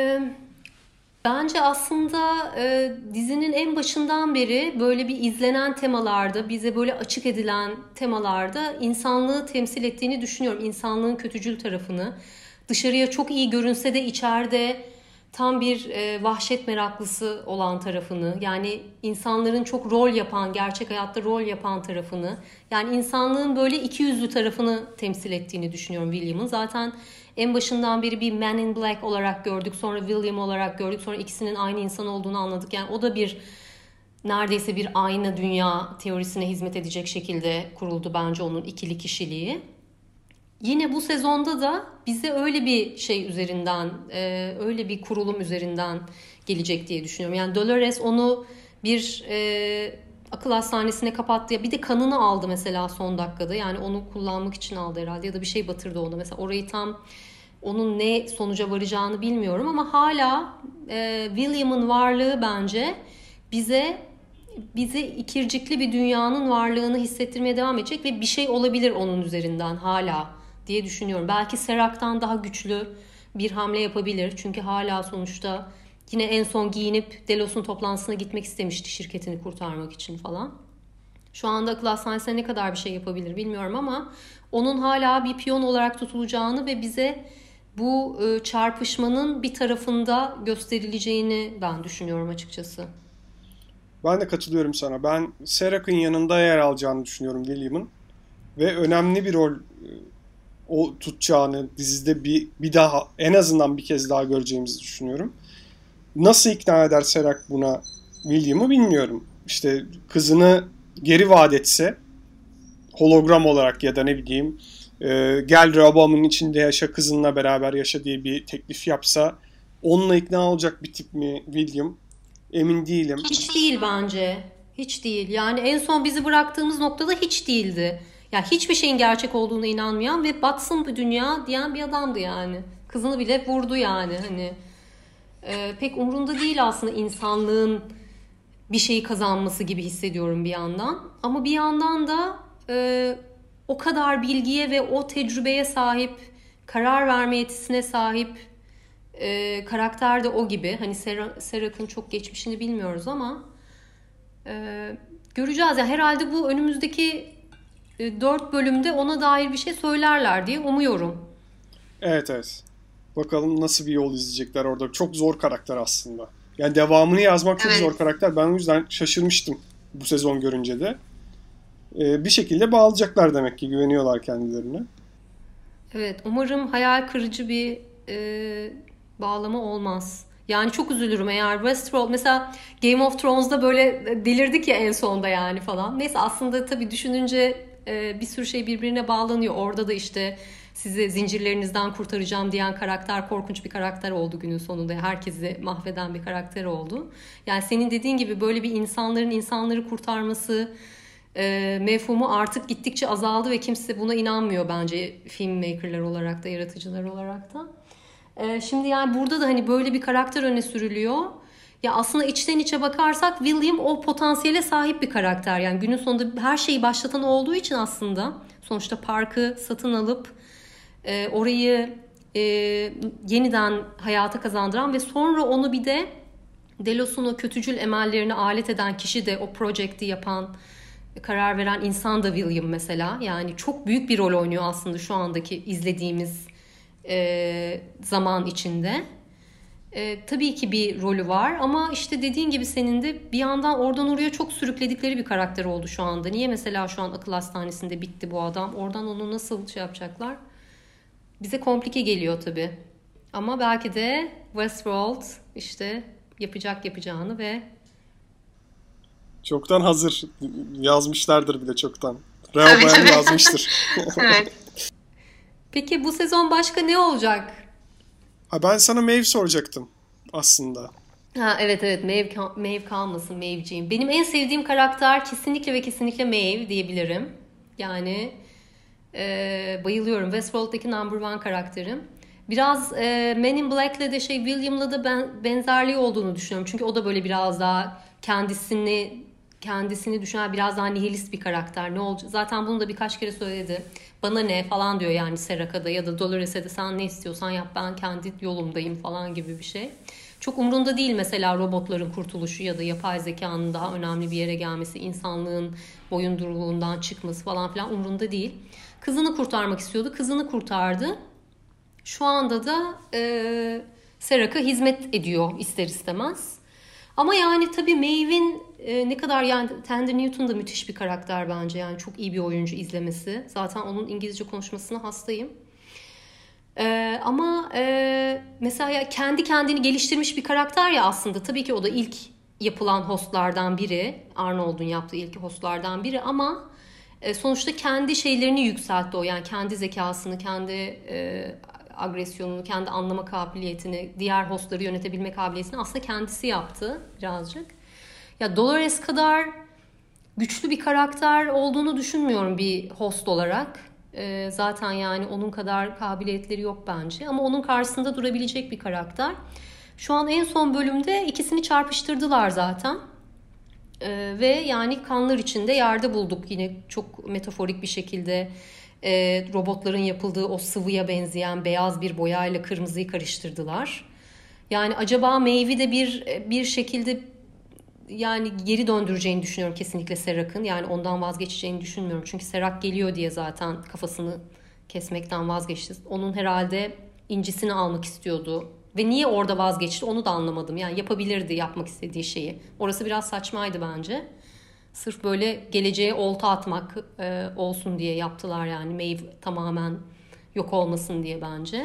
bence aslında dizinin en başından beri böyle bir izlenen temalarda, bize böyle açık edilen temalarda insanlığı temsil ettiğini düşünüyorum. İnsanlığın kötücül tarafını. dışarıya çok iyi görünse de içeride tam bir vahşet meraklısı olan tarafını, yani insanların çok rol yapan, gerçek hayatta rol yapan tarafını, yani insanlığın böyle ikiyüzlü tarafını temsil ettiğini düşünüyorum William'ın. Zaten en başından beri bir Man in Black olarak gördük, sonra William olarak gördük, sonra ikisinin aynı insan olduğunu anladık. Yani o da bir neredeyse bir aynı dünya teorisine hizmet edecek şekilde kuruldu bence onun ikili kişiliği. Yine bu sezonda da bize öyle bir şey üzerinden, öyle bir kurulum üzerinden gelecek diye düşünüyorum. Yani Dolores onu bir akıl hastanesine kapattı. Bir de kanını aldı mesela son dakikada. Yani onu kullanmak için aldı herhalde. Ya da bir şey batırdı ona. Mesela orayı tam onun ne sonuca varacağını bilmiyorum. Ama hala William'ın varlığı bence bize ikircikli bir dünyanın varlığını hissettirmeye devam edecek. Ve bir şey olabilir onun üzerinden hala diye düşünüyorum. Belki Serak'tan daha güçlü bir hamle yapabilir. Çünkü hala sonuçta yine en son giyinip Delos'un toplantısına gitmek istemişti şirketini kurtarmak için falan. Şu anda akıl hastanesine ne kadar bir şey yapabilir bilmiyorum ama onun hala bir piyon olarak tutulacağını ve bize bu çarpışmanın bir tarafında gösterileceğini ben düşünüyorum açıkçası. Ben de katılıyorum sana. Ben Serak'ın yanında yer alacağını düşünüyorum William'ın. Ve önemli bir rol o tutacağını dizide bir daha en azından bir kez daha göreceğimizi düşünüyorum. Nasıl ikna eder Serac buna William'ı bilmiyorum. İşte kızını geri vaat etse hologram olarak ya da ne bileyim gel Rehoboam'ın içinde yaşa, kızınla beraber yaşa diye bir teklif yapsa onunla ikna olacak bir tip mi William? Emin değilim. Hiç değil bence. Hiç değil. Yani en son bizi bıraktığımız noktada hiç değildi. Ya hiçbir şeyin gerçek olduğuna inanmayan ve batsın bu dünya diyen bir adamdı yani. Kızını bile vurdu yani hani. Pek umrunda değil aslında insanlığın bir şeyi kazanması gibi hissediyorum bir yandan. Ama bir yandan da o kadar bilgiye ve o tecrübeye sahip, karar verme yetisine sahip karakter de o gibi. Hani Serac'ın çok geçmişini bilmiyoruz ama göreceğiz. Yani herhalde bu önümüzdeki 4 bölümde ona dair bir şey söylerler diye umuyorum. Evet. Bakalım nasıl bir yol izleyecekler orada. Çok zor karakter aslında. Yani devamını yazmak çok zor karakter. Ben o yüzden şaşırmıştım bu sezon görünce de. Bir şekilde bağlayacaklar demek ki. Güveniyorlar kendilerine. Evet, umarım hayal kırıcı bir bağlama olmaz. Yani çok üzülürüm eğer Westworld mesela Game of Thrones'da böyle delirdik ya en sonda yani falan. Neyse aslında tabii düşününce bir sürü şey birbirine bağlanıyor. Orada da işte sizi zincirlerinizden kurtaracağım diyen karakter korkunç bir karakter oldu günün sonunda. Herkesi mahveden bir karakter oldu. Yani senin dediğin gibi böyle bir insanların insanları kurtarması mefhumu artık gittikçe azaldı ve kimse buna inanmıyor bence filmmakerlar olarak da yaratıcılar olarak da. Şimdi yani burada da hani böyle bir karakter öne sürülüyor. Ya aslında içten içe bakarsak William o potansiyele sahip bir karakter. Yani günün sonunda her şeyi başlatan olduğu için aslında sonuçta parkı satın alıp orayı yeniden hayata kazandıran ve sonra onu bir de Delos'un o kötücül emellerine alet eden kişi de o projekti yapan, karar veren insan da William mesela. Yani çok büyük bir rol oynuyor aslında şu andaki izlediğimiz zaman içinde. Tabii ki bir rolü var ama işte dediğin gibi senin de bir yandan oradan oraya çok sürükledikleri bir karakter oldu şu anda. Niye mesela şu an akıl hastanesinde bitti bu adam? Oradan onu nasıl şey yapacaklar? Bize komplike geliyor tabii. Ama belki de Westworld işte yapacağını ve çoktan hazır yazmışlardır bile çoktan. Rehoboam yazmıştır. Evet. Peki bu sezon başka ne olacak? Ben sana Maeve soracaktım aslında. Evet Maeve kalmasın Maeve'ciğim. Benim en sevdiğim karakter kesinlikle ve kesinlikle Maeve diyebilirim. Yani bayılıyorum. Westworld'daki number one karakterim. Biraz Men in Black'le de William'la da benzerliği olduğunu düşünüyorum. Çünkü o da böyle biraz daha kendisini düşünen biraz daha nihilist bir karakter. Ne olacak? Zaten bunu da birkaç kere söyledi. Bana ne falan diyor yani Serac'a da ya da Dolores'e de sen ne istiyorsan yap ben kendi yolumdayım falan gibi bir şey. Çok umrunda değil mesela robotların kurtuluşu ya da yapay zekanın daha önemli bir yere gelmesi, insanlığın boyunduruluğundan çıkması falan filan umrunda değil. Kızını kurtarmak istiyordu. Kızını kurtardı. Şu anda da Serac hizmet ediyor ister istemez. Ama yani tabii Maeve'in ne kadar, yani Tandy Newton da müthiş bir karakter bence. Yani çok iyi bir oyuncu izlemesi. Zaten onun İngilizce konuşmasına hastayım. Ama mesela kendi kendini geliştirmiş bir karakter ya aslında. Tabii ki o da ilk yapılan hostlardan biri. Arnold'un yaptığı ilk hostlardan biri ama sonuçta kendi şeylerini yükseltti o. Yani kendi zekasını, kendi agresyonunu, kendi anlama kabiliyetini, diğer hostları yönetebilme kabiliyetini aslında kendisi yaptı birazcık. Ya Dolores kadar güçlü bir karakter olduğunu düşünmüyorum bir host olarak. Zaten yani onun kadar kabiliyetleri yok bence. Ama onun karşısında durabilecek bir karakter. Şu an en son bölümde ikisini çarpıştırdılar zaten. Ve yani kanlar içinde yerde bulduk. Yine çok metaforik bir şekilde robotların yapıldığı o sıvıya benzeyen beyaz bir boyayla kırmızıyı karıştırdılar. Yani acaba Maeve'i de bir şekilde yani geri döndüreceğini düşünüyorum kesinlikle Serac'ın. Yani ondan vazgeçeceğini düşünmüyorum. Çünkü Serac geliyor diye zaten kafasını kesmekten vazgeçti. Onun herhalde incisini almak istiyordu. Ve niye orada vazgeçti onu da anlamadım. Yani yapabilirdi yapmak istediği şeyi. Orası biraz saçmaydı bence. Sırf böyle geleceğe olta atmak olsun diye yaptılar yani. Maeve tamamen yok olmasın diye bence.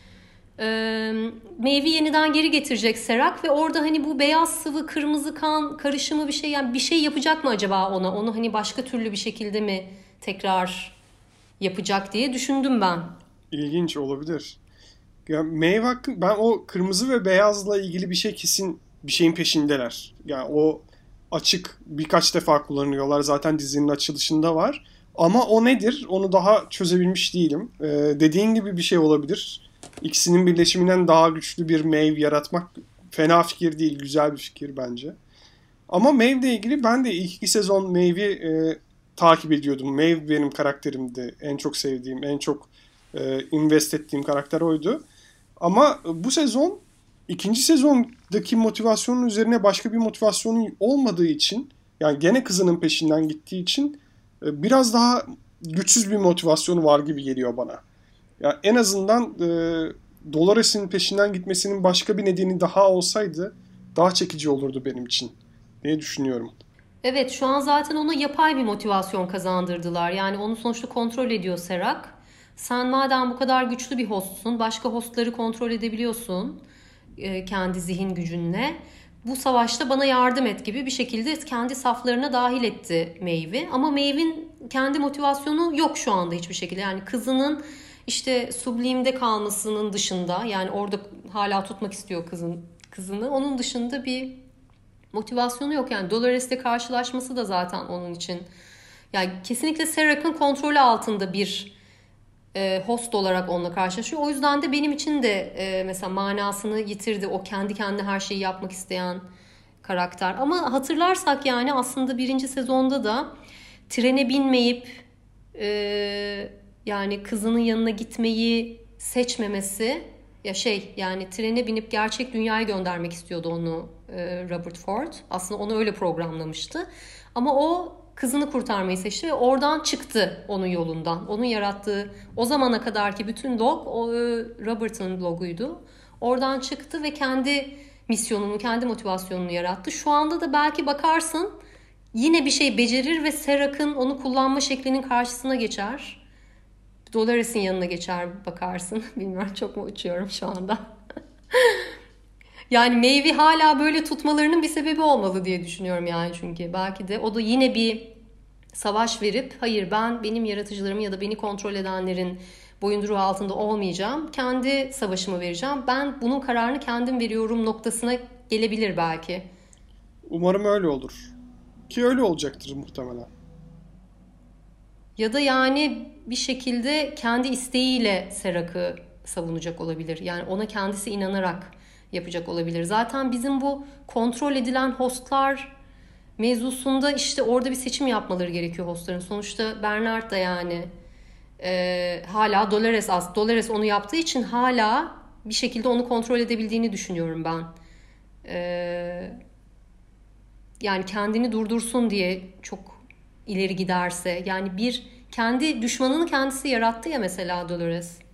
Maeve'i yeniden geri getirecek Serac ve orada hani bu beyaz sıvı kırmızı kan karışımı bir şey, yani bir şey yapacak mı acaba ona? Onu hani başka türlü bir şekilde mi tekrar yapacak diye düşündüm ben. İlginç olabilir. Ya Maeve hakkı, ben o kırmızı ve beyazla ilgili bir şey kesin bir şeyin peşindeler. Yani o açık birkaç defa kullanıyorlar. Zaten dizinin açılışında var. Ama o nedir? Onu daha çözebilmiş değilim. Dediğin gibi bir şey olabilir. İkisinin birleşiminden daha güçlü bir Maeve yaratmak fena fikir değil. Güzel bir fikir bence. Ama Maeve'le ilgili ben de ilk 2 sezon Maeve'i takip ediyordum. Maeve benim karakterimdi. En çok sevdiğim, en çok invest ettiğim karakter oydu. Ama bu sezon, ikinci sezondaki motivasyonun üzerine başka bir motivasyonu olmadığı için, yani gene kızının peşinden gittiği için biraz daha güçsüz bir motivasyonu var gibi geliyor bana. Yani en azından Dolores'in peşinden gitmesinin başka bir nedeni daha olsaydı daha çekici olurdu benim için diye düşünüyorum. Evet, şu an zaten ona yapay bir motivasyon kazandırdılar. Yani onu sonuçta kontrol ediyor Serac. Sen madem bu kadar güçlü bir hostsun, başka hostları kontrol edebiliyorsun kendi zihin gücünle. Bu savaşta bana yardım et gibi bir şekilde kendi saflarına dahil etti Maeve'i. Ama Maeve'in kendi motivasyonu yok şu anda hiçbir şekilde. Yani kızının işte Sublime'de kalmasının dışında, yani orada hala tutmak istiyor kızını. Onun dışında bir motivasyonu yok. Yani Dolores'le karşılaşması da zaten onun için. Yani kesinlikle Serac'ın kontrolü altında bir host olarak onunla karşılaşıyor. O yüzden de benim için de mesela manasını yitirdi. O kendi kendine her şeyi yapmak isteyen karakter. Ama hatırlarsak yani aslında birinci sezonda da trene binmeyip yani kızının yanına gitmeyi seçmemesi, ya yani trene binip gerçek dünyaya göndermek istiyordu onu Robert Ford. Aslında onu öyle programlamıştı. Ama o kızını kurtarmayı seçti ve oradan çıktı onun yolundan. Onun yarattığı o zamana kadarki bütün log Robert'ın loguydu. Oradan çıktı ve kendi misyonunu, kendi motivasyonunu yarattı. Şu anda da belki bakarsın yine bir şey becerir ve Serac'ın onu kullanma şeklinin karşısına geçer. Dolores'in yanına geçer bakarsın. Bilmiyorum, çok mu uçuyorum şu anda? Yani Maeve'i hala böyle tutmalarının bir sebebi olmalı diye düşünüyorum yani, çünkü belki de o da yine bir savaş verip hayır, ben benim yaratıcılarımın ya da beni kontrol edenlerin boyunduruğu altında olmayacağım. Kendi savaşımı vereceğim. Ben bunun kararını kendim veriyorum noktasına gelebilir belki. Umarım öyle olur. Ki öyle olacaktır muhtemelen. Ya da yani bir şekilde kendi isteğiyle Serac'ı savunacak olabilir. Yani ona kendisi inanarak yapacak olabilir. Zaten bizim bu kontrol edilen hostlar mevzusunda işte orada bir seçim yapmaları gerekiyor hostların. Sonuçta Bernard da yani hala Dolores onu yaptığı için hala bir şekilde onu kontrol edebildiğini düşünüyorum ben. Yani kendini durdursun diye çok ileri giderse, yani bir kendi düşmanını kendisi yarattı ya mesela Dolores.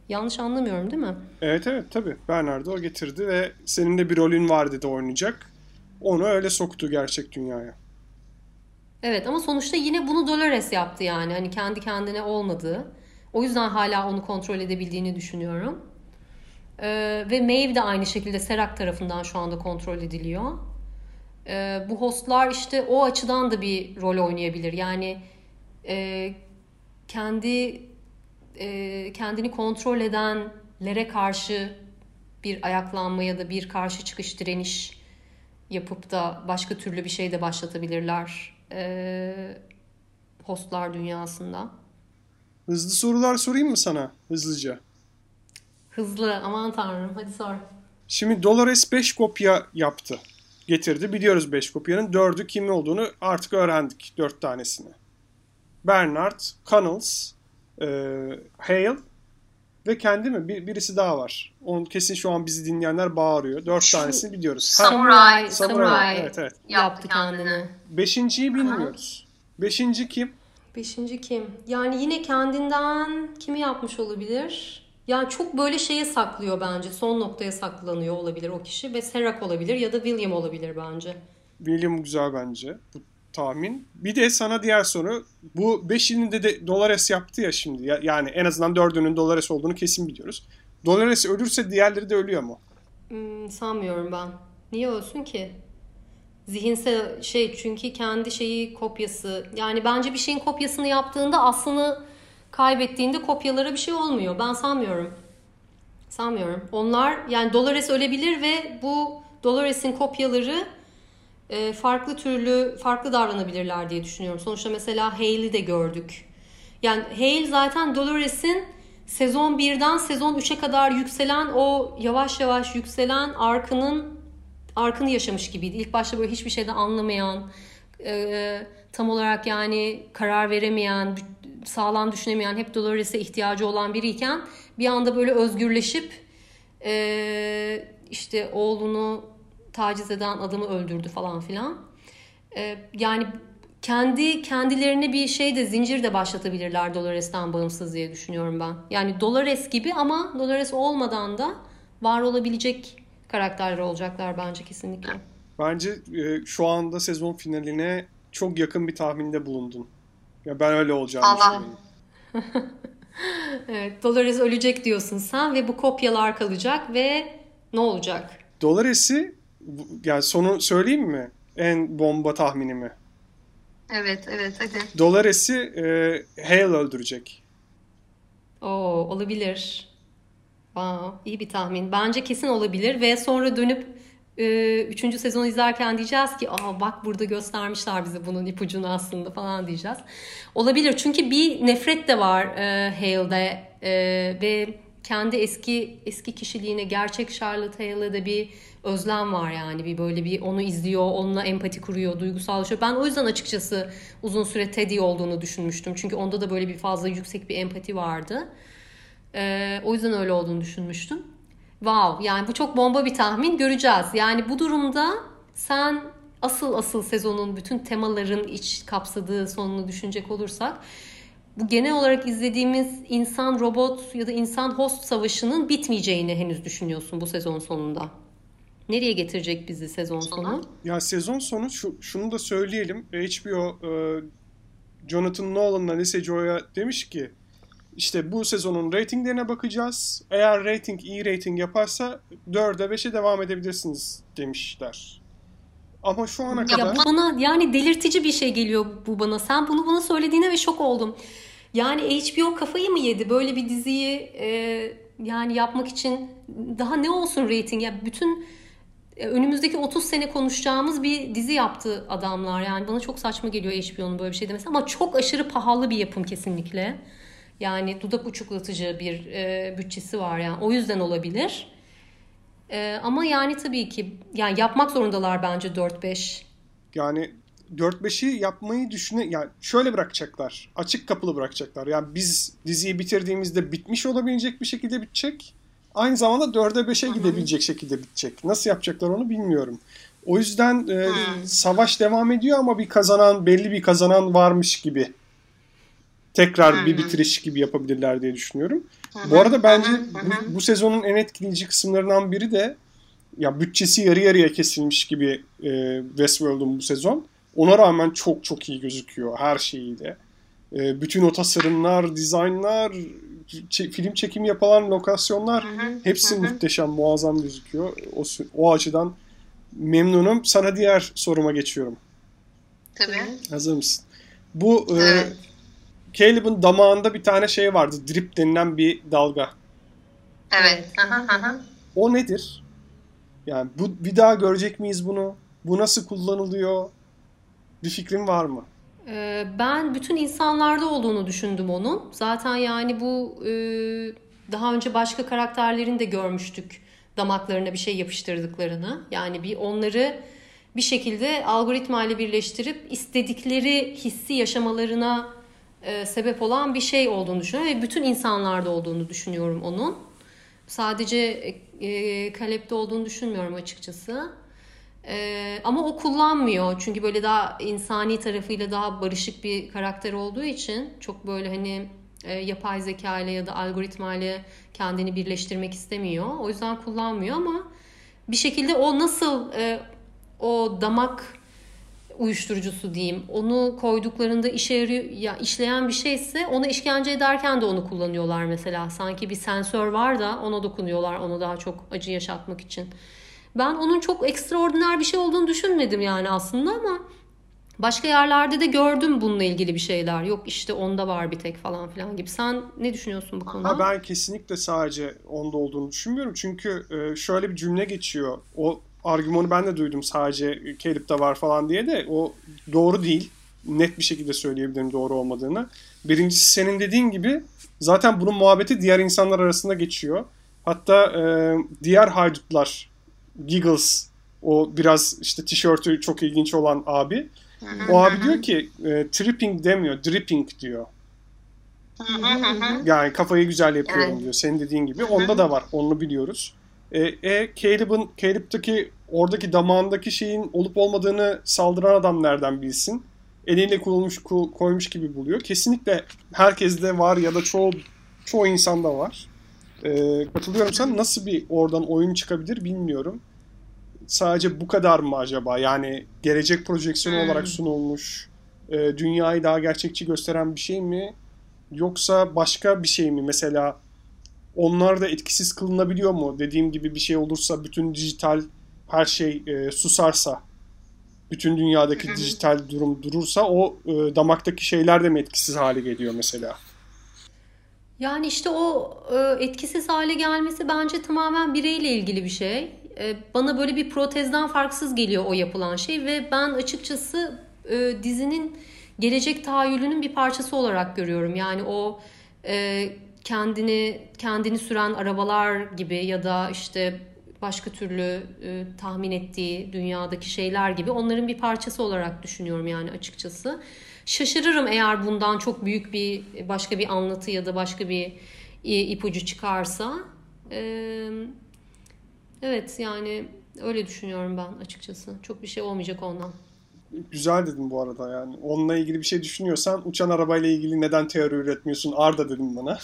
Yanlış anlamıyorum değil mi? Evet evet tabii. Bernardo o getirdi ve senin de bir rolün var dedi oynayacak. Onu öyle soktu gerçek dünyaya. Evet ama sonuçta yine bunu Dolores yaptı yani. Hani kendi kendine olmadığı. O yüzden hala onu kontrol edebildiğini düşünüyorum. Ve Maeve de aynı şekilde Serac tarafından şu anda kontrol ediliyor. Bu hostlar işte o açıdan da bir rol oynayabilir. Yani e, kendi kendini kontrol edenlere karşı bir ayaklanma ya da bir karşı çıkış direniş yapıp da başka türlü bir şey de başlatabilirler hostlar dünyasında. Hızlı sorular sorayım mı sana hızlıca? Hızlı aman tanrım hadi sor. Şimdi Dolores 5 kopya yaptı. Getirdi. Biliyoruz 5 kopyanın. 4'ü kimin olduğunu artık öğrendik. 4 tanesini. Bernard, Connells, Hale ve kendi mi? Birisi daha var. Onun kesin şu an bizi dinleyenler bağırıyor. 4 tanesini biliyoruz. Samuray Evet evet. yaptı kendini. 5.'yi bilmiyoruz. 5. kim? Beşinci kim? Yani yine kendinden kimi yapmış olabilir? Yani çok böyle şeye saklıyor bence. Son noktaya saklanıyor olabilir o kişi. Ve Serac olabilir ya da William olabilir bence. William güzel bence bu tahmin. Bir de sana diğer soru. Bu 5'ini de Dolores yaptı ya şimdi. Yani en azından 4'ünün Dolores olduğunu kesin biliyoruz. Dolores ölürse diğerleri de ölüyor mu? Sanmıyorum ben. Niye ölsün ki? Zihinsel şey çünkü kendi şeyi kopyası. Yani bence bir şeyin kopyasını yaptığında aslını kaybettiğinde kopyalara bir şey olmuyor. Ben sanmıyorum. Sanmıyorum. Onlar yani Dolores ölebilir ve bu Dolores'in kopyaları farklı davranabilirler diye düşünüyorum. Sonuçta mesela Hale'i de gördük. Yani Hale zaten Dolores'in sezon 1'den sezon 3'e kadar yükselen o yavaş yavaş yükselen arkını yaşamış gibiydi. İlk başta böyle hiçbir şeyden anlamayan, tam olarak yani karar veremeyen, sağlam düşünemeyen, hep Dolores'e ihtiyacı olan biriyken bir anda böyle özgürleşip işte oğlunu taciz eden adamı öldürdü falan filan. Yani kendilerine bir şey de zincir de başlatabilirler Dolores'ten bağımsız diye düşünüyorum ben. Yani Dolores gibi ama Dolores olmadan da var olabilecek karakterler olacaklar bence kesinlikle. Bence şu anda sezon finaline çok yakın bir tahminde bulundun. Ya ben öyle olacağını düşünüyorum. Evet, Dolores ölecek diyorsun sen ve bu kopyalar kalacak ve ne olacak? Dolores'i yani sonu söyleyeyim mi? En bomba tahminimi. Evet, hadi. Dolores'i Hale öldürecek. Oo, olabilir. Wow, iyi bir tahmin. Bence kesin olabilir ve sonra dönüp 3. sezonu izlerken diyeceğiz ki bak burada göstermişler bize bunun ipucunu aslında falan diyeceğiz. Olabilir çünkü bir nefret de var Hale'de ve kendi eski kişiliğine gerçek Charlotte Hale'de bir özlem var yani bir böyle bir onu izliyor, onunla empati kuruyor, duygusallaşıyor. Ben o yüzden açıkçası uzun süre Teddy olduğunu düşünmüştüm. Çünkü onda da böyle bir fazla yüksek bir empati vardı. O yüzden öyle olduğunu düşünmüştüm. Wow, yani bu çok bomba bir tahmin, göreceğiz. Yani bu durumda sen asıl sezonun bütün temaların iç kapsadığı sonunu düşünecek olursak bu genel olarak izlediğimiz insan robot ya da insan host savaşının bitmeyeceğini henüz düşünüyorsun bu sezon sonunda. Nereye getirecek bizi sezon sonu? Ya sezon sonu şunu da söyleyelim. HBO Jonathan Nolan'la Lisa Joy'a demiş ki İşte bu sezonun ratinglerine bakacağız. Eğer rating iyi rating yaparsa 4'e 5'e devam edebilirsiniz demişler. Ama şu ana kadar... Ya bu bana yani delirtici bir şey geliyor bu bana. Sen bunu bana söylediğine ve şok oldum. Yani HBO kafayı mı yedi? Böyle bir diziyi yani yapmak için daha ne olsun rating? Ya bütün önümüzdeki 30 sene konuşacağımız bir dizi yaptı adamlar. Yani bana çok saçma geliyor HBO'nun böyle bir şey demesi. Ama çok aşırı pahalı bir yapım kesinlikle. Yani dudak uçuklatıcı bir bütçesi var yani. O yüzden olabilir. Ama yani tabii ki yani yapmak zorundalar bence 4-5. Yani 4-5'i yapmayı yani şöyle bırakacaklar. Açık kapılı bırakacaklar. Yani biz diziyi bitirdiğimizde bitmiş olabilecek bir şekilde bitecek. Aynı zamanda 4'e 5'e gidebilecek şekilde bitecek. Nasıl yapacaklar onu bilmiyorum. O yüzden savaş devam ediyor ama belli bir kazanan varmış gibi. tekrar bir bitiriş gibi yapabilirler diye düşünüyorum. Bu arada bence bu sezonun en etkileyici kısımlarından biri de ya bütçesi yarı yarıya kesilmiş gibi Westworld'un bu sezon. Ona rağmen çok çok iyi gözüküyor her şeyiyle. Bütün o tasarımlar, dizaynlar, film çekimi yapılan lokasyonlar hepsi muhteşem, muazzam gözüküyor. O açıdan memnunum. Sana diğer soruma geçiyorum. Tabii. Hazır mısın? Bu Caleb'ın damağında bir tane şey vardı. Drip denilen bir dalga. Evet. O nedir? Yani bir daha görecek miyiz bunu? Bu nasıl kullanılıyor? Bir fikrin var mı? Ben bütün insanlarda olduğunu düşündüm onun. Zaten yani bu daha önce başka karakterlerin de görmüştük damaklarına bir şey yapıştırdıklarını. Yani onları bir şekilde algoritma ile birleştirip istedikleri hissi yaşamalarına sebep olan bir şey olduğunu düşünüyorum. Ve bütün insanlarda olduğunu düşünüyorum onun. Sadece Caleb'de olduğunu düşünmüyorum açıkçası. Ama o kullanmıyor. Çünkü böyle daha insani tarafıyla daha barışık bir karakter olduğu için çok böyle hani yapay zeka ile ya da algoritma ile kendini birleştirmek istemiyor. O yüzden kullanmıyor ama bir şekilde o nasıl o damak uyuşturucusu diyeyim. Onu koyduklarında işe yarıyor, ya işleyen bir şeyse onu işkence ederken de onu kullanıyorlar mesela. Sanki bir sensör var da ona dokunuyorlar. Onu daha çok acı yaşatmak için. Ben onun çok ekstraordiner bir şey olduğunu düşünmedim yani aslında ama başka yerlerde de gördüm bununla ilgili bir şeyler. Yok işte onda var bir tek falan filan gibi. Sen ne düşünüyorsun bu konuda? Ben kesinlikle sadece onda olduğunu düşünmüyorum. Çünkü şöyle bir cümle geçiyor. O argümanı ben de duydum sadece Caleb'de var falan diye de o doğru değil. Net bir şekilde söyleyebilirim doğru olmadığını. Birincisi senin dediğin gibi zaten bunun muhabbeti diğer insanlar arasında geçiyor. Hatta diğer haydutlar Giggles, o biraz işte tişörtü çok ilginç olan abi. O abi diyor ki tripping demiyor, dripping diyor. Yani kafayı güzel yapıyorum diyor. Senin dediğin gibi. Onda da var. Onu biliyoruz. Caleb'daki oradaki damağındaki şeyin olup olmadığını saldıran adam nereden bilsin? Eliyle koymuş gibi buluyor. Kesinlikle herkeste var ya da çoğu insanda var. Katılıyorum sana. Nasıl bir oradan oyun çıkabilir bilmiyorum. Sadece bu kadar mı acaba? Yani gelecek projeksiyonu olarak sunulmuş, dünyayı daha gerçekçi gösteren bir şey mi? Yoksa başka bir şey mi? Mesela onlar da etkisiz kılınabiliyor mu? Dediğim gibi bir şey olursa, bütün dijital her şey susarsa, bütün dünyadaki dijital durum durursa o damaktaki şeyler de mi etkisiz hale geliyor mesela? Yani işte o etkisiz hale gelmesi bence tamamen bireyle ilgili bir şey. Bana böyle bir protezden farksız geliyor o yapılan şey ve ben açıkçası dizinin gelecek tahayyülünün bir parçası olarak görüyorum. Yani o kendini süren arabalar gibi ya da işte başka türlü tahmin ettiği dünyadaki şeyler gibi onların bir parçası olarak düşünüyorum yani açıkçası. Şaşırırım eğer bundan çok büyük başka bir anlatı ya da başka bir ipucu çıkarsa. Evet yani öyle düşünüyorum ben açıkçası. Çok bir şey olmayacak ondan. Güzel dedim bu arada yani. Onunla ilgili bir şey düşünüyorsan uçan arabayla ilgili neden teori üretmiyorsun? Arda dedim bana.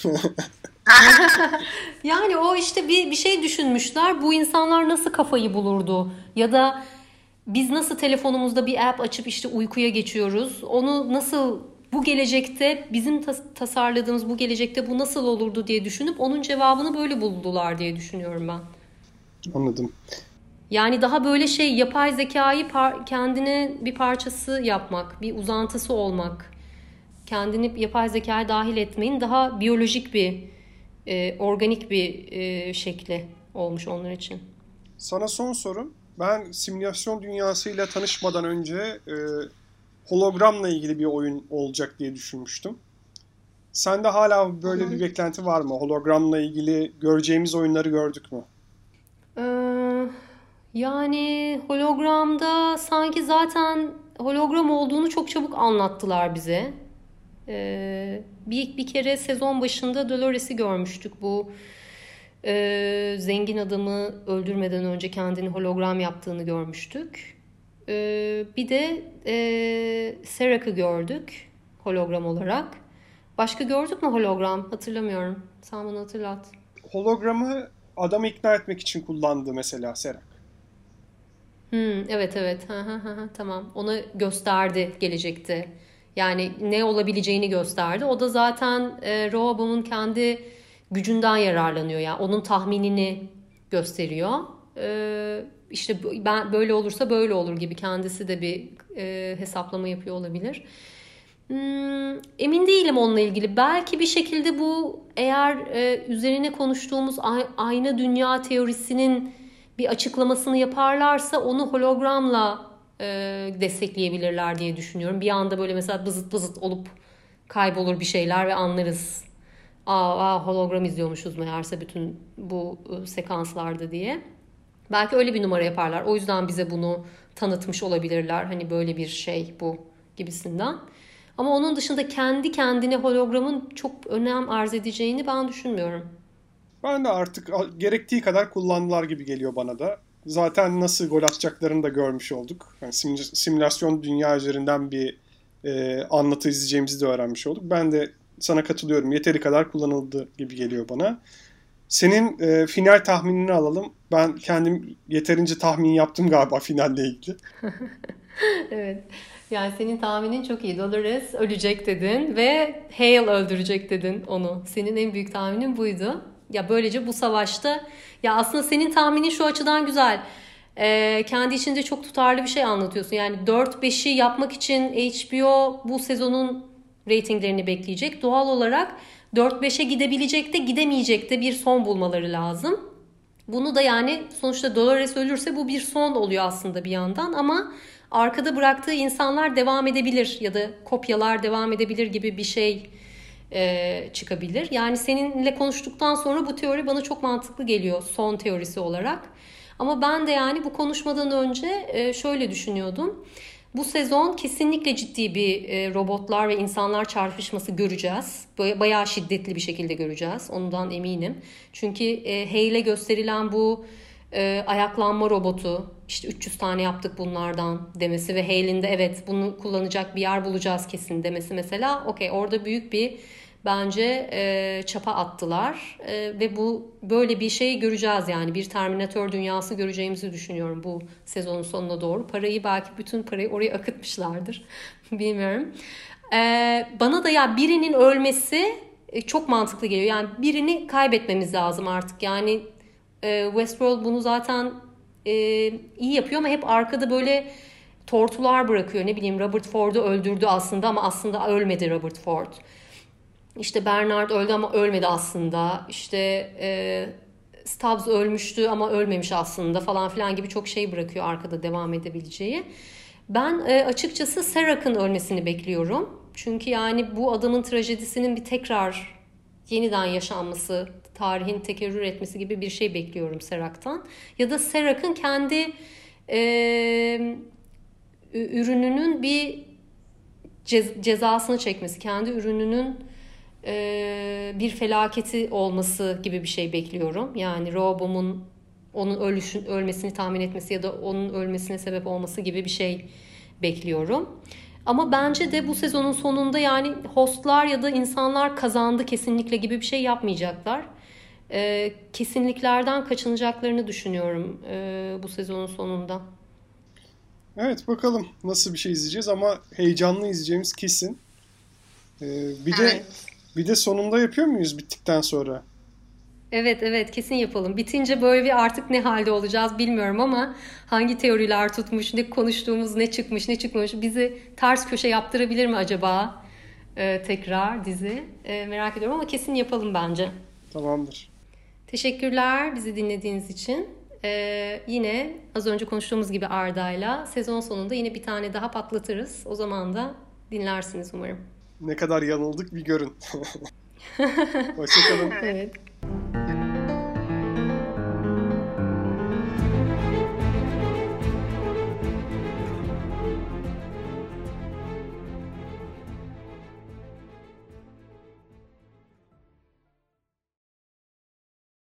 Yani o işte bir şey düşünmüşler. Bu insanlar nasıl kafayı bulurdu? Ya da biz nasıl telefonumuzda bir app açıp işte uykuya geçiyoruz? Onu nasıl bu gelecekte bizim tasarladığımız bu gelecekte bu nasıl olurdu diye düşünüp onun cevabını böyle buldular diye düşünüyorum ben. Anladım. Yani daha böyle yapay zekayı kendine bir parçası yapmak, bir uzantısı olmak. Kendini yapay zekaya dahil etmeyin daha biyolojik bir, organik bir şekli olmuş onlar için. Sana son sorum. Ben simülasyon dünyasıyla tanışmadan önce hologramla ilgili bir oyun olacak diye düşünmüştüm. Sende hala böyle bir beklenti var mı? Hologramla ilgili göreceğimiz oyunları gördük mü? Yani hologramda sanki zaten hologram olduğunu çok çabuk anlattılar bize. Bir kere sezon başında Dolores'i görmüştük. Bu zengin adamı öldürmeden önce kendini hologram yaptığını görmüştük. Bir de Serak'ı gördük hologram olarak. Başka gördük mü hologram? Hatırlamıyorum. Sen bana hatırlat. Hologramı adamı ikna etmek için kullandı mesela Sera. Evet evet. Tamam. Ona gösterdi gelecekte. Yani ne olabileceğini gösterdi. O da zaten Rehoboam'un kendi gücünden yararlanıyor. Yani onun tahminini gösteriyor. İşte ben böyle olursa böyle olur gibi kendisi de bir hesaplama yapıyor olabilir. Emin değilim onunla ilgili. Belki bir şekilde bu eğer üzerine konuştuğumuz ayna dünya teorisinin bir açıklamasını yaparlarsa onu hologramla destekleyebilirler diye düşünüyorum. Bir anda böyle mesela bızıt bızıt olup kaybolur bir şeyler ve anlarız. Hologram izliyormuşuz meğerse bütün bu sekanslarda diye. Belki öyle bir numara yaparlar. O yüzden bize bunu tanıtmış olabilirler. Hani böyle bir şey bu gibisinden. Ama onun dışında kendi kendine hologramın çok önem arz edeceğini ben düşünmüyorum. Ben de artık gerektiği kadar kullandılar gibi geliyor bana da. Zaten nasıl gol atacaklarını da görmüş olduk. Yani simülasyon dünya üzerinden bir anlatı izleyeceğimizi de öğrenmiş olduk. Ben de sana katılıyorum. Yeteri kadar kullanıldı gibi geliyor bana. Senin final tahminini alalım. Ben kendim yeterince tahmin yaptım galiba finalle ilgili. Evet. Yani senin tahminin çok iyi. Dolores ölecek dedin ve Hale öldürecek dedin onu. Senin en büyük tahminin buydu. Ya böylece bu savaşta ya aslında senin tahminin şu açıdan güzel. Kendi içinde çok tutarlı bir şey anlatıyorsun. Yani 4-5'i yapmak için HBO bu sezonun reytinglerini bekleyecek. Doğal olarak 4-5'e gidebilecek de gidemeyecek de bir son bulmaları lazım. Bunu da yani sonuçta Dolores ölürse bu bir son oluyor aslında bir yandan ama arkada bıraktığı insanlar devam edebilir ya da kopyalar devam edebilir gibi bir şey çıkabilir. Yani seninle konuştuktan sonra bu teori bana çok mantıklı geliyor son teorisi olarak. Ama ben de yani bu konuşmadan önce şöyle düşünüyordum. Bu sezon kesinlikle ciddi bir robotlar ve insanlar çarpışması göreceğiz. Bayağı şiddetli bir şekilde göreceğiz. Ondan eminim. Çünkü Hale'e gösterilen bu ayaklanma robotu işte 300 tane yaptık bunlardan demesi ve Hale'in de evet bunu kullanacak bir yer bulacağız kesin demesi mesela. Okey, orada büyük bir bence çapa attılar ve bu böyle bir şey göreceğiz yani bir Terminator dünyası göreceğimizi düşünüyorum bu sezonun sonuna doğru. Belki bütün parayı oraya akıtmışlardır bilmiyorum. Bana da ya birinin ölmesi çok mantıklı geliyor. Yani birini kaybetmemiz lazım artık. Yani Westworld bunu zaten iyi yapıyor ama hep arkada böyle tortular bırakıyor. Ne bileyim Robert Ford'u öldürdü aslında ama aslında ölmedi Robert Ford. İşte Bernard öldü ama ölmedi aslında. İşte Stubbs ölmüştü ama ölmemiş aslında falan filan gibi çok şey bırakıyor arkada devam edebileceği. Ben açıkçası Serac'ın ölmesini bekliyorum. Çünkü yani bu adamın trajedisinin bir tekrar yeniden yaşanması, tarihin tekerrür etmesi gibi bir şey bekliyorum Serac'tan. Ya da Serac'ın kendi ürününün bir cezasını çekmesi, kendi ürününün bir felaketi olması gibi bir şey bekliyorum. Yani Rehoboam'un onun ölmesini tahmin etmesi ya da onun ölmesine sebep olması gibi bir şey bekliyorum. Ama bence de bu sezonun sonunda yani hostlar ya da insanlar kazandı kesinlikle gibi bir şey yapmayacaklar. Kesinliklerden kaçınacaklarını düşünüyorum bu sezonun sonunda. Evet, bakalım nasıl bir şey izleyeceğiz ama heyecanlı izleyeceğimiz kesin. Bir de sonunda yapıyor muyuz bittikten sonra? Evet kesin yapalım. Bitince böyle bir artık ne halde olacağız bilmiyorum ama hangi teoriler tutmuş, ne konuştuğumuz, ne çıkmış, ne çıkmamış bizi ters köşe yaptırabilir mi acaba tekrar dizi? Merak ediyorum ama kesin yapalım bence. Tamamdır. Teşekkürler bizi dinlediğiniz için. Yine az önce konuştuğumuz gibi Arda'yla sezon sonunda yine bir tane daha patlatırız. O zaman da dinlersiniz umarım. Ne kadar yanıldık bir görün. Hoşçakalın. Evet.